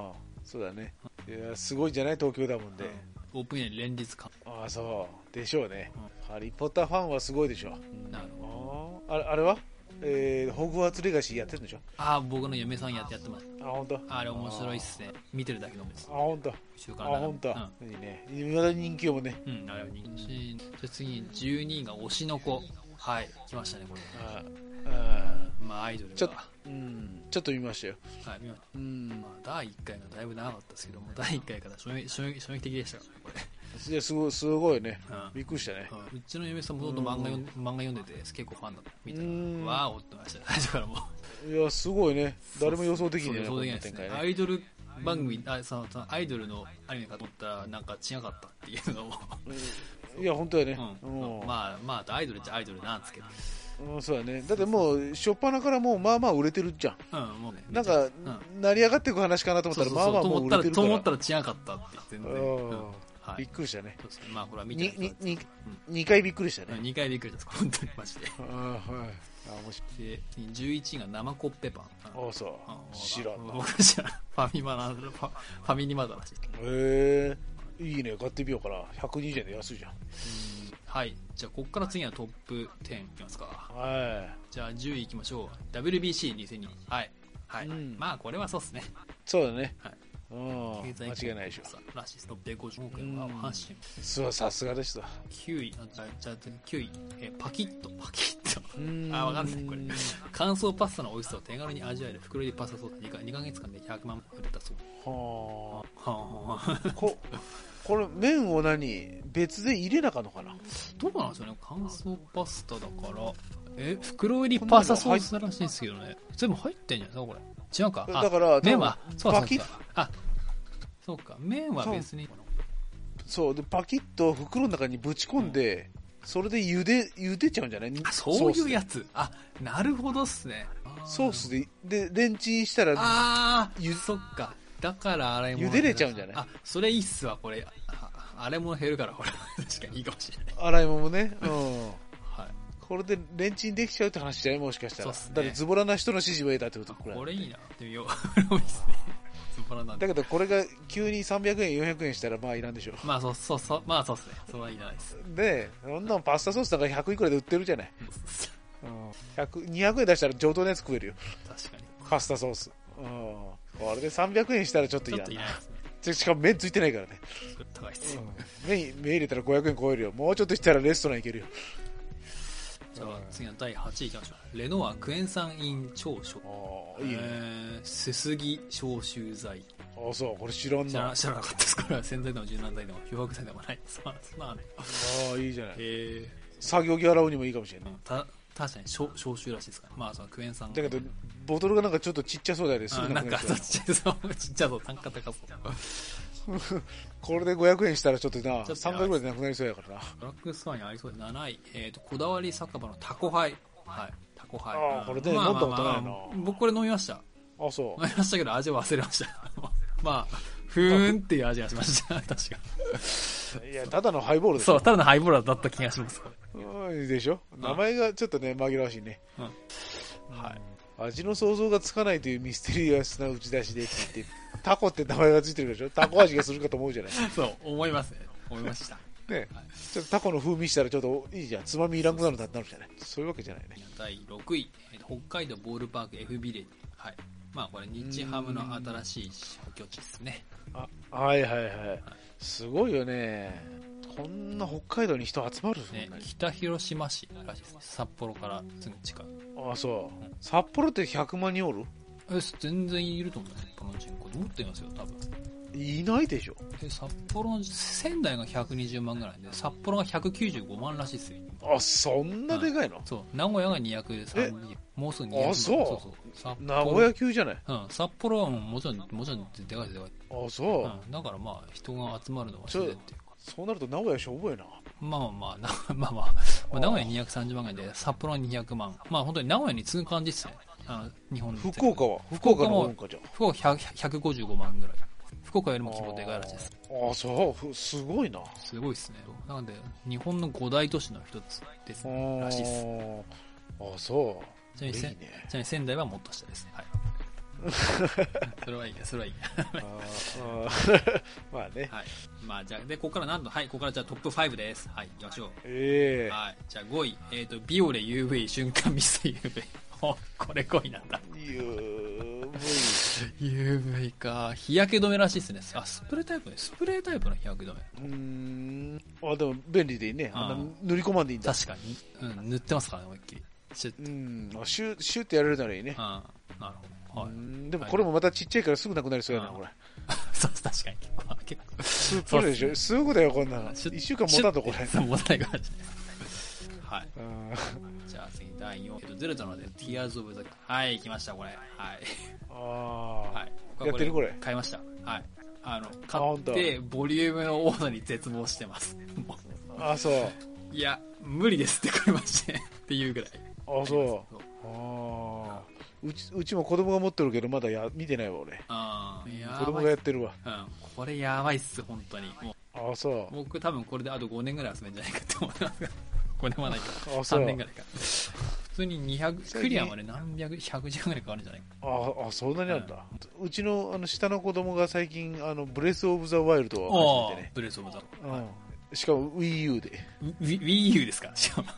そうだね。いや、すごいじゃない、東京だもんで。 うん、オープンエア連日か。 ああ、そう。でしょうね、うん。ハリーポッターファンはすごいでしょう。なるほど。あれ、あれはえー、ホグワーツレガシーやってるんでしょ。 ああ、僕の嫁さんやってやってます。 あ、本当。 あれ面白いっすね。見てるだけのです。 あ、本当。あ、本当。うん、いいね。いまだに人気もね。 うん、あれは人気。じゃあ次、じゅうにいが推しの子。はい、来ましたね、これ。ああ、まあ、アイドルが。 ちょっと、うん、ちょっと見ましたよ。 はい、見ました。うん。まあ、だいいっかいがだいぶ長かったですけども、だいいっかいから衝撃、衝撃、衝撃的でしたからね、これ。 いや、すごい、すごいね。うん、びっくりしたね。 うちの嫁さんもともと漫画読ん、漫画読んでて、結構ファンだったみたいな。わーおってましたね、最初からもう。いや、すごいね。誰も予想できないね。 予想できないですね。アイドル番組、あ、その、アイドルのアニメかと思ったら、なんか違かったっていうのも。 いや、本当やね。 うん。まあ、まあ、アイドルっちゃアイドルなんですけど。 うん、そうだね。だってもう、初っ端からもう、まあまあ売れてるじゃん。うん、もうね。なんか、成り上がっていく話かなと思ったら、まあまあもう売れてるから。 と思ったら違かったって全然。 はい、びっくりしたね。 まあこれは見てに、に、にかいびっくりしたね。 にかいびっくりした。本当にマジで。 ああ、はい。あ、 面白い。で、じゅういちいが生コッペパン。 ああ、そう。知らんな。 僕知らん。ファミマな、ファ、ファミリマだらしい。 へえ、いいね。買ってみようかな。ひゃくにじゅうえんで安いじゃん。 はい。じゃあ、ここから次はトップじゅういきますか。 はい。 じゃあ、じゅういいきましょう。ダブリュービーシーにせんに。はい。はい。まあ、これはそうっすね。 そうだね。はい。うん、間違いないでしょ。 らしいろっぴゃくごじゅうおくえんは阪神。 そう、さすがでした。 きゅうい、じゃあ、じゃあきゅうい、えー、パキッと、パキッと。あ、わかんない、これ。乾燥パスタの美味しさを手軽に味わえる袋入りパスタソースにかげつかんでひゃくまん売れたそう。はあ。はあ。こ、これ、麺を何別で入れなかのかな。 どうなんですよね。乾燥パスタだから、え、袋入りパスタソースらしいですけどね。全部入ってんじゃないですか、これ。違うか。 だから、 麺は、そうそうそう。あ、そうか。麺は別に。 そう。で、パキッと袋の中にぶち込んで、うん、それで茹で、茹でちゃうんじゃない？ あ、そういうやつ。あ、なるほどっすね。 ソースで、で、レンチンしたら、ああ、そっか。だから洗い物。 茹でれちゃうんじゃない？ あ、それいいっすわ、これ。洗い物減るから、これ。確かにいいかもしれない。 洗い物ね。うん。これでレンチンできちゃうって話じゃないもしかしたら。そうっすね。だってズボラな人の指示を得たってことくらい。 これいいな。でもよ、これいいっすね。ズボラなんだけどこれが急にさんびゃくえん、よんひゃくえんしたらまあいらんでしょ。 まあそうそうそう、まあそうっすね。それはいらないです。 で、そんなのパスタソースだからひゃくいくらで売ってるじゃない。うん。ひゃく、にひゃくえん出したら上等なやつ食えるよ。 確かに。 パスタソース。うん。これでさんびゃくえんしたらちょっといらんな。ちょっといらないですね。しかも麺ついてないからね。 高いっすよ。 麺、麺入れたらごひゃくえん超えるよ。もうちょっとしたらレストラン行けるよ。 じゃあ次のだいはちいいきましょう。レノアクエン酸イン長所。 ああ、いいね。 えー、すすぎ消臭剤。 ああ、そう、これ知らんな。 知ら知らなかったです。これは洗剤でも柔軟剤でも漂白剤でもない。まあ、まあね。 ああ、いいじゃない。 えー、 作業着洗うにもいいかもしれない。 た確かに消消臭らしいですから、ね。まあ、そのクエン酸。 だけど、ボトルがなんかちょっとちっちゃそうだよね。すぐなくなっちゃう。なんか、ちっちゃそう、ちっちゃそう、単価高そう。 これでごひゃくえんしたらちょっとな、さんかいぐらいでなくなりそうやからな。 ブラックスワンにありそうでなない。えっ、ー、と、こだわり酒場のタコハイ。はい。タコハイ。 ああ、これで飲んだことないな。 僕これ飲みました。 あ、そう。 飲みましたけど味を忘れました。まあ、ふーんっていう味がしました。確か。 いや、ただのハイボールです。 そう、ただのハイボールだった気がします。 でしょ？名前がちょっとね、紛らわしいね。うん。はい。味の想像がつかないというミステリアスな打ち出しでって言って、タコって名前がついてるでしょ？タコ味がするかと思うじゃない。 そう、思いますね。思いました。 ね、はい、ちょっとタコの風味したらちょっといいじゃん、つまみいらんくなるんだってなるじゃない。そういうわけじゃないね。 だいろくい、北海道ボールパーク F ビレッジ。はい。まあこれ日ハムの新しい本拠地ですね。 あ、はいはいはい。すごいよね。こんな北海道に人集まるね。北広島市らしいですね。札幌からすぐ近い。 ああ、そう、うん。札幌ってひゃくまんにんおる？ え、全然いると思う。札幌の人口。もっといますよ、多分。 いないでしょ。 で札幌の仙台がひゃくにじゅうまんぐらいで、札幌がひゃくきゅうじゅうごまんらしいですよ。 あ、そんなでかいの？ うん、そう。名古屋がにひゃくさんじゅう、もうすぐにひゃく。 あ、そう。そうそう名古屋級じゃない。 うん。札幌はもちろんもちろんでかいでかい。 あ、そう。 うん。だからまあ人が集まるのは自然っていうか。 そうなると名古屋しょぼいな。 まあまあまあ、まあまあ、名古屋にひゃくさんじゅうまんぐらいで、札幌はにひゃくまん。まあ本当に名古屋に次ぐ感じですね。あの日本の。 福岡は福岡の方かじゃ。 福岡ひゃくごじゅうごまんぐらい。福岡よりも規模でかいらしいです。 ああ、そう、すごいな。 すごいですね。なので、日本の五大都市の一つです、ね、らしいです。 ああ、そう。 ちなみに、ね、ちなみに仙台はもっと下です。はい。それはいいや、それはいいや。 まあね。 はい。まあじゃあ、で、ここからなんと、はい、ここからじゃあトップごです。はい、行きましょう。 ええー。 はい。じゃあごい、えっ、ー、と、ビオレ ユーブイ 瞬間ミスト ユーブイ。お、これごいなんだ。 ユーブイ。ユーブイ か。日焼け止めらしいですね。あ、スプレータイプね。スプレータイプの日焼け止め。 うーん。あ、でも便利でいいね。あの塗り込まんでいいんだ。 確かに。うん、塗ってますからね、思いっきり。 シュッ。うん。シュッ、シュッってやれるならいいね。 ああ、なるほど。はい。 でもこれもまたちっちゃいからすぐなくなりそうやな、これ。 そう、確かに。結構。 スープでしょ。すぐだよ、こんなの。一週間持たんと、これ。 持たないかもしれない。はい。じゃあ次、だいよん。えっと、ゼロなので、Tears of the... はい、来ました、これ。はい。 ああ。 はい。 やってるこれ。 買いました。はい。あの、買って、ボリュームの多さに絶望してます。 ああ、そう。 いや、無理ですって買いまして。っていうぐらい。 ああ、そう。ああ。うち、うちも子供が持ってるけど、まだや、見てないわ、俺。ああ。子供がやってるわ。 うん。これやばいっす、本当に。 ああ、そう。 僕多分これであとごねんぐらい遊べんじゃないかって思いますが。ごねんはないけど。さんねんぐらいか。普通ににひゃく、クリアまで何百、ひゃくじかんぐらいかかるんじゃないか。 ああ、そんなにあるんだ。うちの、あの、下の子供が最近、あの、ブレスオブザワイルドを始めてね。 ブレスオブザワイルド。しかも Wii U で。 Wii U ですかしかも。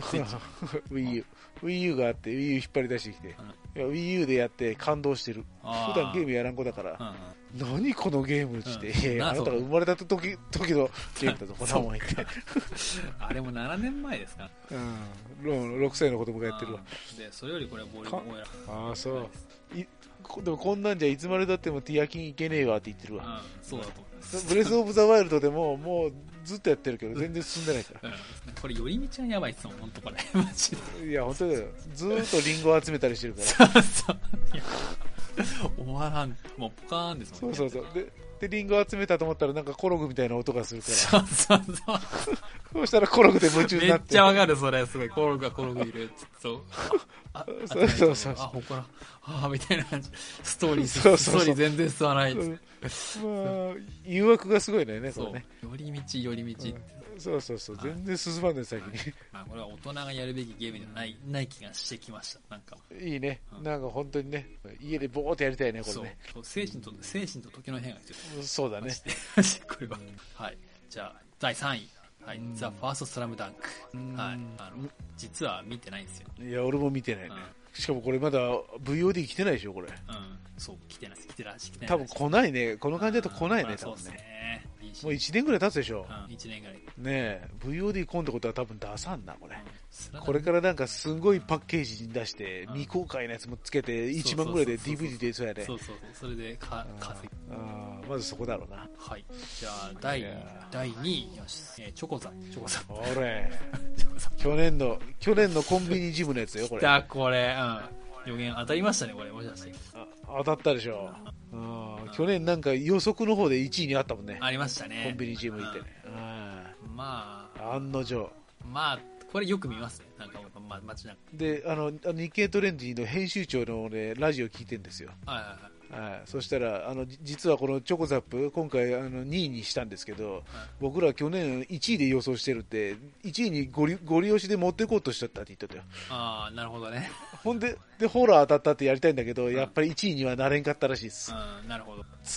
Wii U。Wii U があって Wii U 引っ張り出してきて、いや Wii U でやって感動してる。普段ゲームやらん子だから、何このゲームって、あなたが生まれた時時のゲームだとこんなもん言って。 あれもななねんまえですか。 うん、ろくさいの子供がやってるわ。 でそれよりこれはボリューム多いな。 ああ、そう。でもこんなんじゃいつまでだってもティアキンいけねえわって言ってるわ。 そうだと思います。 ブレスオブザワイルドでももうずっとやってるけど全然進んでないから。 これ寄り道はやばいっすもん、ほんとこれ。マジで。いや、ほんとだよ。ずーっとリンゴを集めたりしてるから。 そうそう。終わらん。もうポカーンですもんね。 そうそうそう。で、でリンゴを集めたと思ったらなんかコログみたいな音がするから。 そうそうそう。 そうしたらコログで夢中になって。 めっちゃわかる、それ。すごい。コログがコログいる。そう。 あ、そうそうそう。 あ、ほこら。ああ、みたいな感じ。ストーリー、そうそうそう、ストーリー全然進まない。まあ、誘惑がすごいね、これね。 寄り道、寄り道。 そうそうそう、全然進まない、先に。 まあ、これは大人がやるべきゲームではない、ない気がしてきました。なんか。 いいね。なんか本当にね、家でボーってやりたいね、これね。 そう。精神と、精神と時の変が必要。そうだね。 これは。はい。じゃあ、だいさんい。はい。ザ・ファーストスラムダンク。はい。あの、実は見てないんですよ。 いや、俺も見てないね。しかもこれまだ ブイオーディー 来てないでしょ、これ。うん。 そう、来てない。来てない。来てない。 多分来ないね。この感じだと来ないね、多分ね。もういちねんぐらい経つでしょ。 うん、いちねんぐらい。ねえ、ブイオーディー 今度ことは多分出さんな、これ。これからなんかすごいパッケージに出して、未公開のやつもつけて、いちまんぐらいで ディーブイディー でそうやで。 そうそうそう。それでか、稼ぎ。 ああ、まずそこだろうな。 はい。じゃあ、だいにい、よし。えー、チョコザ、チョコザ。 俺、去年の、去年のコンビニジムのやつよ、これ。 だ、これ、うん。予言当たりましたね、これ、もしかして。 当たったでしょ。去年なんか予測の方でいちいにあったもんね。 ありましたね。 コンビニジム行ってね。 まあ、案の定。 まあ、これよく見ますね。なんか、ま、街中。 で、あの、日経トレンディの編集長のね、ラジオ聞いてんですよ。 はいはいはい。 はい、そしたらあの実はこのチョコザップ今回あのにいにしたんですけど、はい、僕ら去年いちいで予想してるっていちいにゴリゴリ押しで持っていこうとしちゃったって言ってたよ。 ああ、なるほどね。 ほんででホラー当たったってやりたいんだけど、うん、やっぱりいちいにはなれんかったらしいです。 うん、なるほど。 つ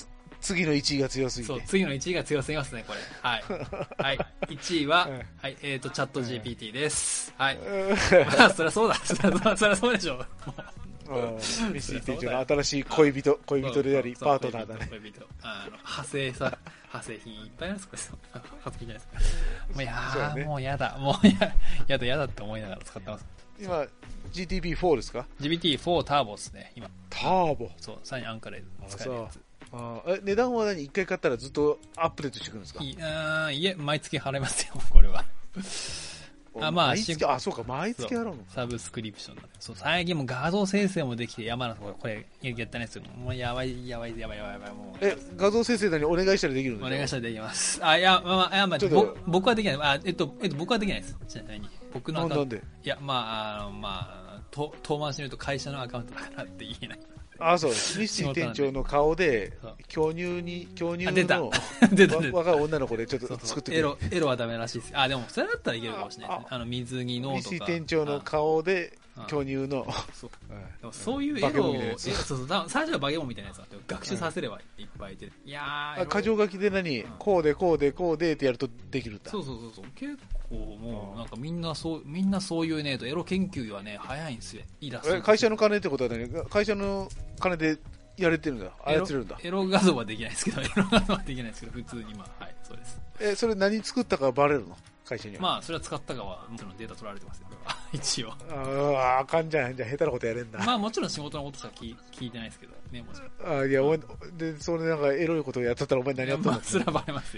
次のいちいが強すぎて。 そう、次のいちいが強すぎますね、これ。はい。はい。いちいは、はい、えっと、チャット ジーピーティー です。はい。まあ、そりゃそうだ。そりゃそりゃそうでしょ。 ミスティ店長の新しい恋人、恋人であり、パートナーだね。 恋人。あの、派生さ、派生品いっぱいあるんですか発売じゃないですか。もういやー、ね、もうやだ。もうや、やだやだって思いながら使ってます。 今、ジーティーピーフォー ですか？ ジーピーティーフォー ターボですね、今。 ターボ？ そう、さらにアンカレード使えるやつ。 あえ値段は何？一回買ったらずっとアップデートしてくるんですか？ いあいえ、毎月払いますよ、これは。 あ、まあ、毎月、あ、そうか、毎月払うの。 サブスクリプションなんで。そう、最近も画像生成もできて、山のところ、これ、やったんですよ。もうやばい、やばい、やばい、やばい、やばい、もう。 え、画像生成何お願いしたらできるの？ お願いしたらできます。あ、いや、まあ、いや、まあ、僕はできない。あ、えっと、えっと、僕はできないです。ちなみに。僕のアカウント。なんで？いや、まあ、あの、まあ、と、遠回しに言うと会社のアカウントだからって言えない。 あ、そう。ミスティ店長の顔で、巨乳に、巨乳の、 出た。出た。 若い女の子でちょっと作ってくれる。 エロ、エロはダメらしいです。あ、でも、それだったらいけるかもしれないですね。あの、水着のとか。 ミスティ店長の顔で、巨乳の。 そう。でもそういうエロを、そうそう、最初はバケモンみたいなやつだって学習させればいっぱいいて。いやー。 箇条書きで何こうでこうでこうでってやるとできるんだ。 そうそうそうそう。結構もう、なんかみんなそう、みんなそういうね、エロ研究はね、早いんですよ。イラスト。 会社の金ってことは何？会社の金でやれてるんだ。操れるんだ。 エロ画像はできないですけど、エロ画像はできないですけど、普通にまあ、はい、そうです。 え、それ何作ったかバレるの？会社には。 まあ、それは使ったかは、もちろんデータ取られてますよ。一応。 ああ、あかんじゃん。じゃあ下手なことやれんだ。 まあもちろん仕事のことしか聞聞いてないですけどね、もちろん。 ああ、いや、お前、で、それなんかエロいことをやっとったらお前何やったの？ まあ、それはバレますよ。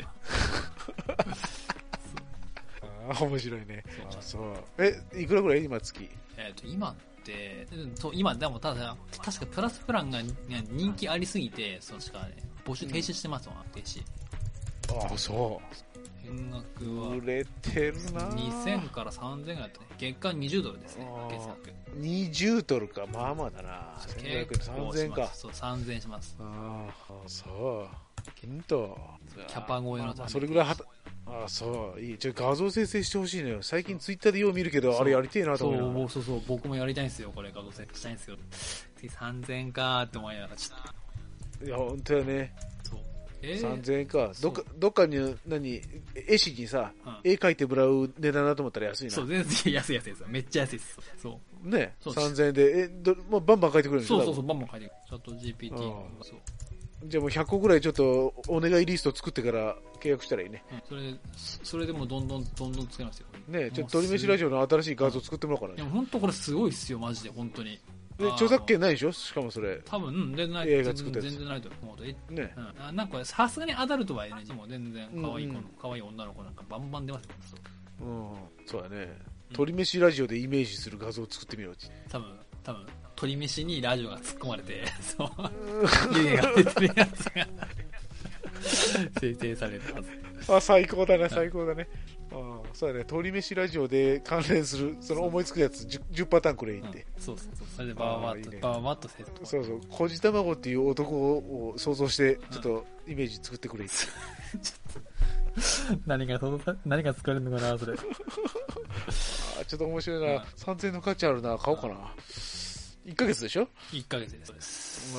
ああ、面白いね。そう。え、いくらぐらい今月？ えっと、今って、そう、今、でもただ、確かプラスプランが人気ありすぎて、そうしかね、募集停止してますわ、停止。 ああ、そう。 金額は売れてるな。 にせんからさんぜんぐらいだったね。月間にじゅうドルですね、月額。 にじゅうドルか、まあまあだな。 結構さんぜんか。 そう、さんぜんします。 ああ、そう。きんと。 キャパ超えのために。 まあ、それぐらいはた、ああ、そう。いい。ちょ、画像生成してほしいのよ。最近ツイッターでよう見るけど、あれやりてえなと思う。そうそうそう、僕もやりたいんですよ。これ画像生成したいんですけど。次さんぜんかーって思いながら、ちょっと。いや、ほんとやね。 そう。えー、 さんぜんえんか。どっか、どっかに、何、絵師にさ、うん、絵描いてもらう値段だと思ったら安いな。 そう、全然安い安いです。めっちゃ安いです。そう。 ね、さんぜんえんで、え、ど、もうバンバン描いてくれるんですか？そうそうそう、バンバン描いてくれる。チャット ジーピーティー そう。 じゃあもうひゃっこぐらいちょっとお願いリスト作ってから契約したらいいね。 うん、それ、それでもどんどんどんどん作れますよ。 ね、ちょっと鳥飯ラジオの新しい画像作ってもらおうかな、ね。 いや、ほんとこれすごいっすよ、マジで、本当に。 で、著作権ないでしょ？しかもそれ。 多分、うん、全然ない。 映画作ったやつ。 全然ないと思う。ね。 うん。 なんか、さすがにアダルトは エヌジー も全然可愛い子の、可愛い女の子なんかバンバン出ますよ。 うん。そうだね。鳥飯ラジオでイメージする画像を作ってみよう。 多分、多分、鳥飯にラジオが突っ込まれて、そう、湯気が出てるやつが生成されるはず。 あ、最高だね、最高だね。ああ、そうだね、鳥飯ラジオで関連する、その思いつくやつ 10, じゅっパターンくらいいって、 うん。そうそうそう。それでバーバーっと、バーバーっと生成。 そうそう。こじたまごっていう男を想像して、ちょっとイメージ作ってくれ。うん、 何が、何が作れるのかな、それ。 あ、ちょっと面白いな。うん、さんぜんえんの価値あるな。買おうかな。いっかげつでしょ？ いっ ヶ月です。そうです。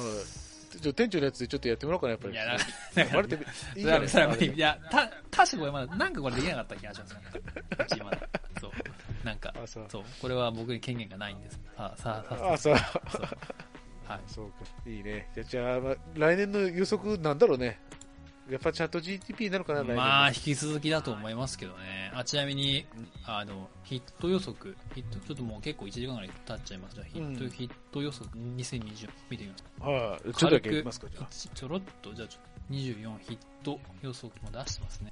うん、ちょ店長のやつでちょっとやってもらおうかな、やっぱり。いや、だから、 いいじゃないそれいや、た、確かこれまだ、なんかこれできなかった気がしますね。うちまだ。そう。なんか、そう。そう。これは僕に権限がないんです。さあ、さあ、さあ。 あ、そう。そう。はい。そうか。いいね。じゃあ、じゃあ、まあ、来年の予測なんだろうね。やっぱチャット ジーティーピー なのかな、 まあ、引き続きだと思いますけどね。あ、ちなみに、あの、ヒット予測、ヒット、ちょっともう結構いちじかんぐらい経っちゃいました。ヒット、うん、ヒット予測にせんにじゅう見てみますか。 はい、ちょっとだけ見ますか、じゃあ。 ちょろっと、じゃあちょっと、にじゅうよんヒット予測も出してますね。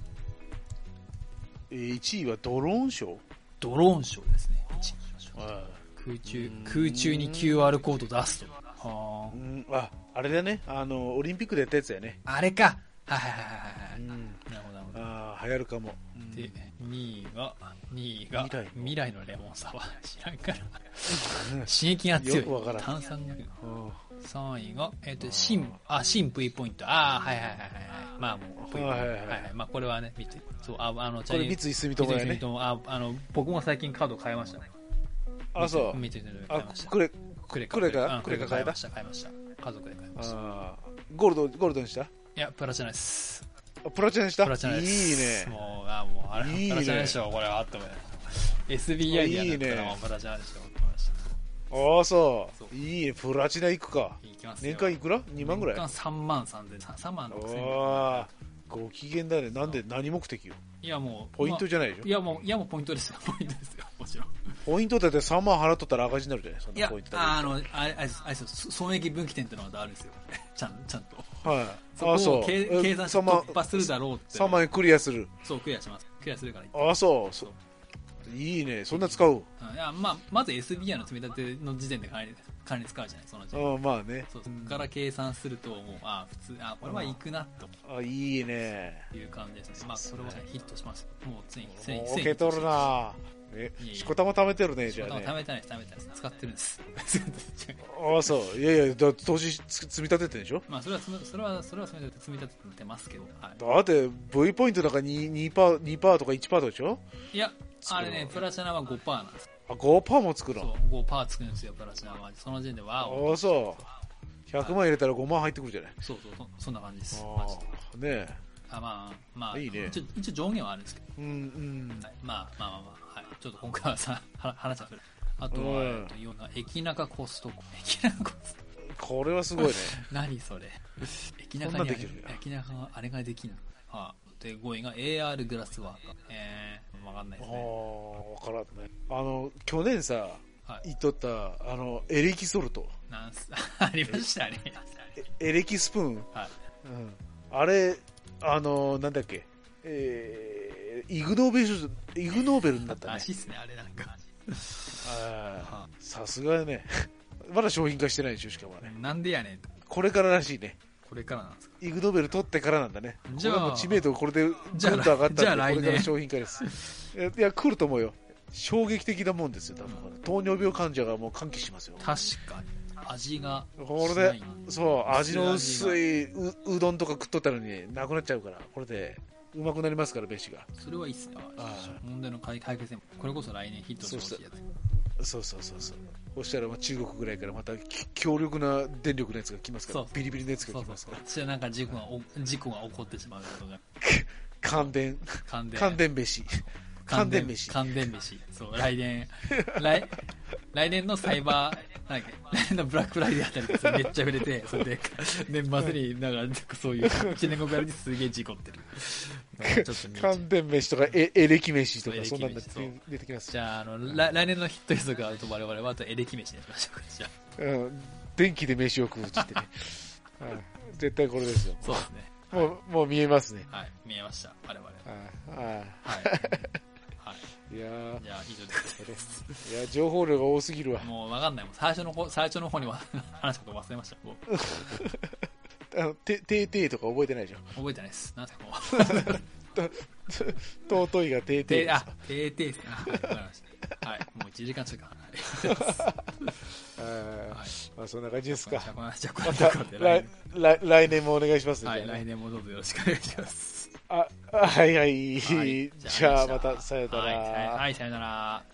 えー、いちいはドローンショー？ ドローンショーですね。いちいは空中、空中に キューアール コード出すと。 はあ。うん、あ、あれだね。あの、オリンピックでやったやつやね。 あれか。はいはいはいはい。うん、なるほどなるほど。 ああ、流行るかも。 で、にいが、にいが、未来未来のレモンサワー。知らんから。刺激が強い。 よくわからん。 炭酸が。さんいが、えっと、新、あ、新 V ポイント。ああ、はいはいはいはい。まあもう、 はいはいはい。 まあこれはね、見て。そう、あ、あの、 これ三井住友やね。 あ、あの、僕も最近カード変えましたね。 あ、そう。 見てて変えました。あ、くれ、くれか、くれか変えた？ 買いました、買いました。家族で買いました。 ああ、ゴールド、ゴールドにした？ いや、プラチナです。 プラチナにした？ プラチナです。 いいね。 もう、あ、もう、あれ、いいね、プラチナでしょ、これは、あってもね。エスビーアイ でやったらもうプラチナでしょ、思ってました。 ああ、そう。そういいね、プラチナ行くか。 行きますよ。年間いくら ?に 万ぐらい？ 年間さんまんさんぜん、さんまんろくせんえん。 ああ、ご機嫌だね。なんで、何目的よ。 いや、もう。 ポイントじゃないでしょ、まあ、 いや、もう、いや、もうポイントですよ。ポイントですよ。もちろん。 ポイントだってさんまん払っとったら赤字になるじゃない、そんなポイント。 いや、あの、あれ、あれです、損益分岐点ってのがあるんですよ。ちゃん、ちゃんと。 はい。 そこを計算して突破するだろうって。 さんまん円クリアする。 そう、クリアします。クリアするから。 ああ、そう。そういいね。そんな使う。 いや、まあ、まず エスビーアイ の積み立ての時点で金に使うじゃない、その時点で。 ああ、まあね。 そう、そこから計算すると、もう、ああ、普通、ああ、これはいくな、と。 ああ、いいね。 いう感じですね。まあ、それはヒットしました。もう、ついに、ついに。 受け取るなえ、しこたま貯めてるね、じゃあね。 貯めてないです、貯めてないです。使ってるんです。 ああ、そう。いやいや、だ投資積み立ててるでしょ。 まあ、それは、それは、それは積み立ててますけど。 はい、だって、V ポイントなんか に、にパー、にパーとかいちパーとかでしょ。 いや、あれね、プラチナは ごパーセント なんです。 あ、ごパーセント も作るの？ そう、ごパーセント 作るんですよ、プラチナは。その時点でわお。 ああ、そう。ひゃくまん入れたらごまん入ってくるじゃない。 そうそう、そ, そんな感じです。 ああ、ねえ。 あ、まあ、まあ、 いいね。 一応、一応上限はあるんですけど。 うん、うん。 はい、まあ、まあまあまあ、はい。ちょっと今回はさ、話はする。あとは、えっと、よんが、駅中コストコ。駅中コストコ。これはすごいね。 何それ。駅中に駅中があれができるの。はあ、で、ごいが エーアール グラスワーカー。えー、わかんないですね。 ああ、わからんね。あの、去年さ、はい、言っとった、あの、エレキソルト。 なんす、ありましたね。 エレキスプーン。はい。うん。あれ、あの、なんだっけ。えー、イグノーベル、イグノーベルになったね。 らしいっすね、あれなんか。 ああ、さすがね。まだ商品化してないでしょ、しかもね。 なんでやねん。 これかららしいね。 これからなんですか。 イグノーベル取ってからなんだね。 じゃあ、 これも知名度これでぐんと上がったんで、これから商品化です。いや、来ると思うよ。衝撃的なもんですよ、多分。うん、糖尿病患者がもう歓喜しますよ。 確かに。味が。 これで、そう、味の薄いう、うどんとか食っとったのになくなっちゃうから、これで、うまくなりますから、飯が。 それはいいっすね。問題の解決戦、これこそ来年ヒットしてほしいやつ。そうそうそうそう。そしたらまあ中国ぐらいからまた強力な電力のやつが来ますから、そうそうビリビリのやつが来ますから。 そしたらなんか事故が事故が起こってしまうことが。 感電。 感電。 感電飯。感電飯。 感電飯。そう、来年、来、来年のサイバー、なんだっけ、来年のブラックフライデーあたりでめっちゃ売れて、それで、年末になんかそういう、いちねんごぐらいにすげえ事故ってる。 感電飯とかエエレキ飯とかそんなん出てきます。 じゃあ、あの、来年のヒット予測があると我々はあとエレキ飯にしましょうか、じゃあ。うん。電気で飯を食うってってね。絶対これですよ。 そうですね。 もう、もう見えますね。 はい、見えました、我々。 はい。はい。いやー、じゃあ以上です。 いや、情報量が多すぎるわ。 もうわかんない。もう最初の方、最初の方には話したこと忘れました。もうあの、て、てーてーとか覚えてないでしょ。 覚えてないです。なんすかもう。尊いがてーてー。 あ、てーてーですね。わかりました。はい。もういちじかん近く。 はい。まあそんな感じですか。 また来、来、来年もお願いしますね。 はい、来年もどうぞよろしくお願いします。 あ、はいはい。じゃあまたさよなら。 はい、さよなら。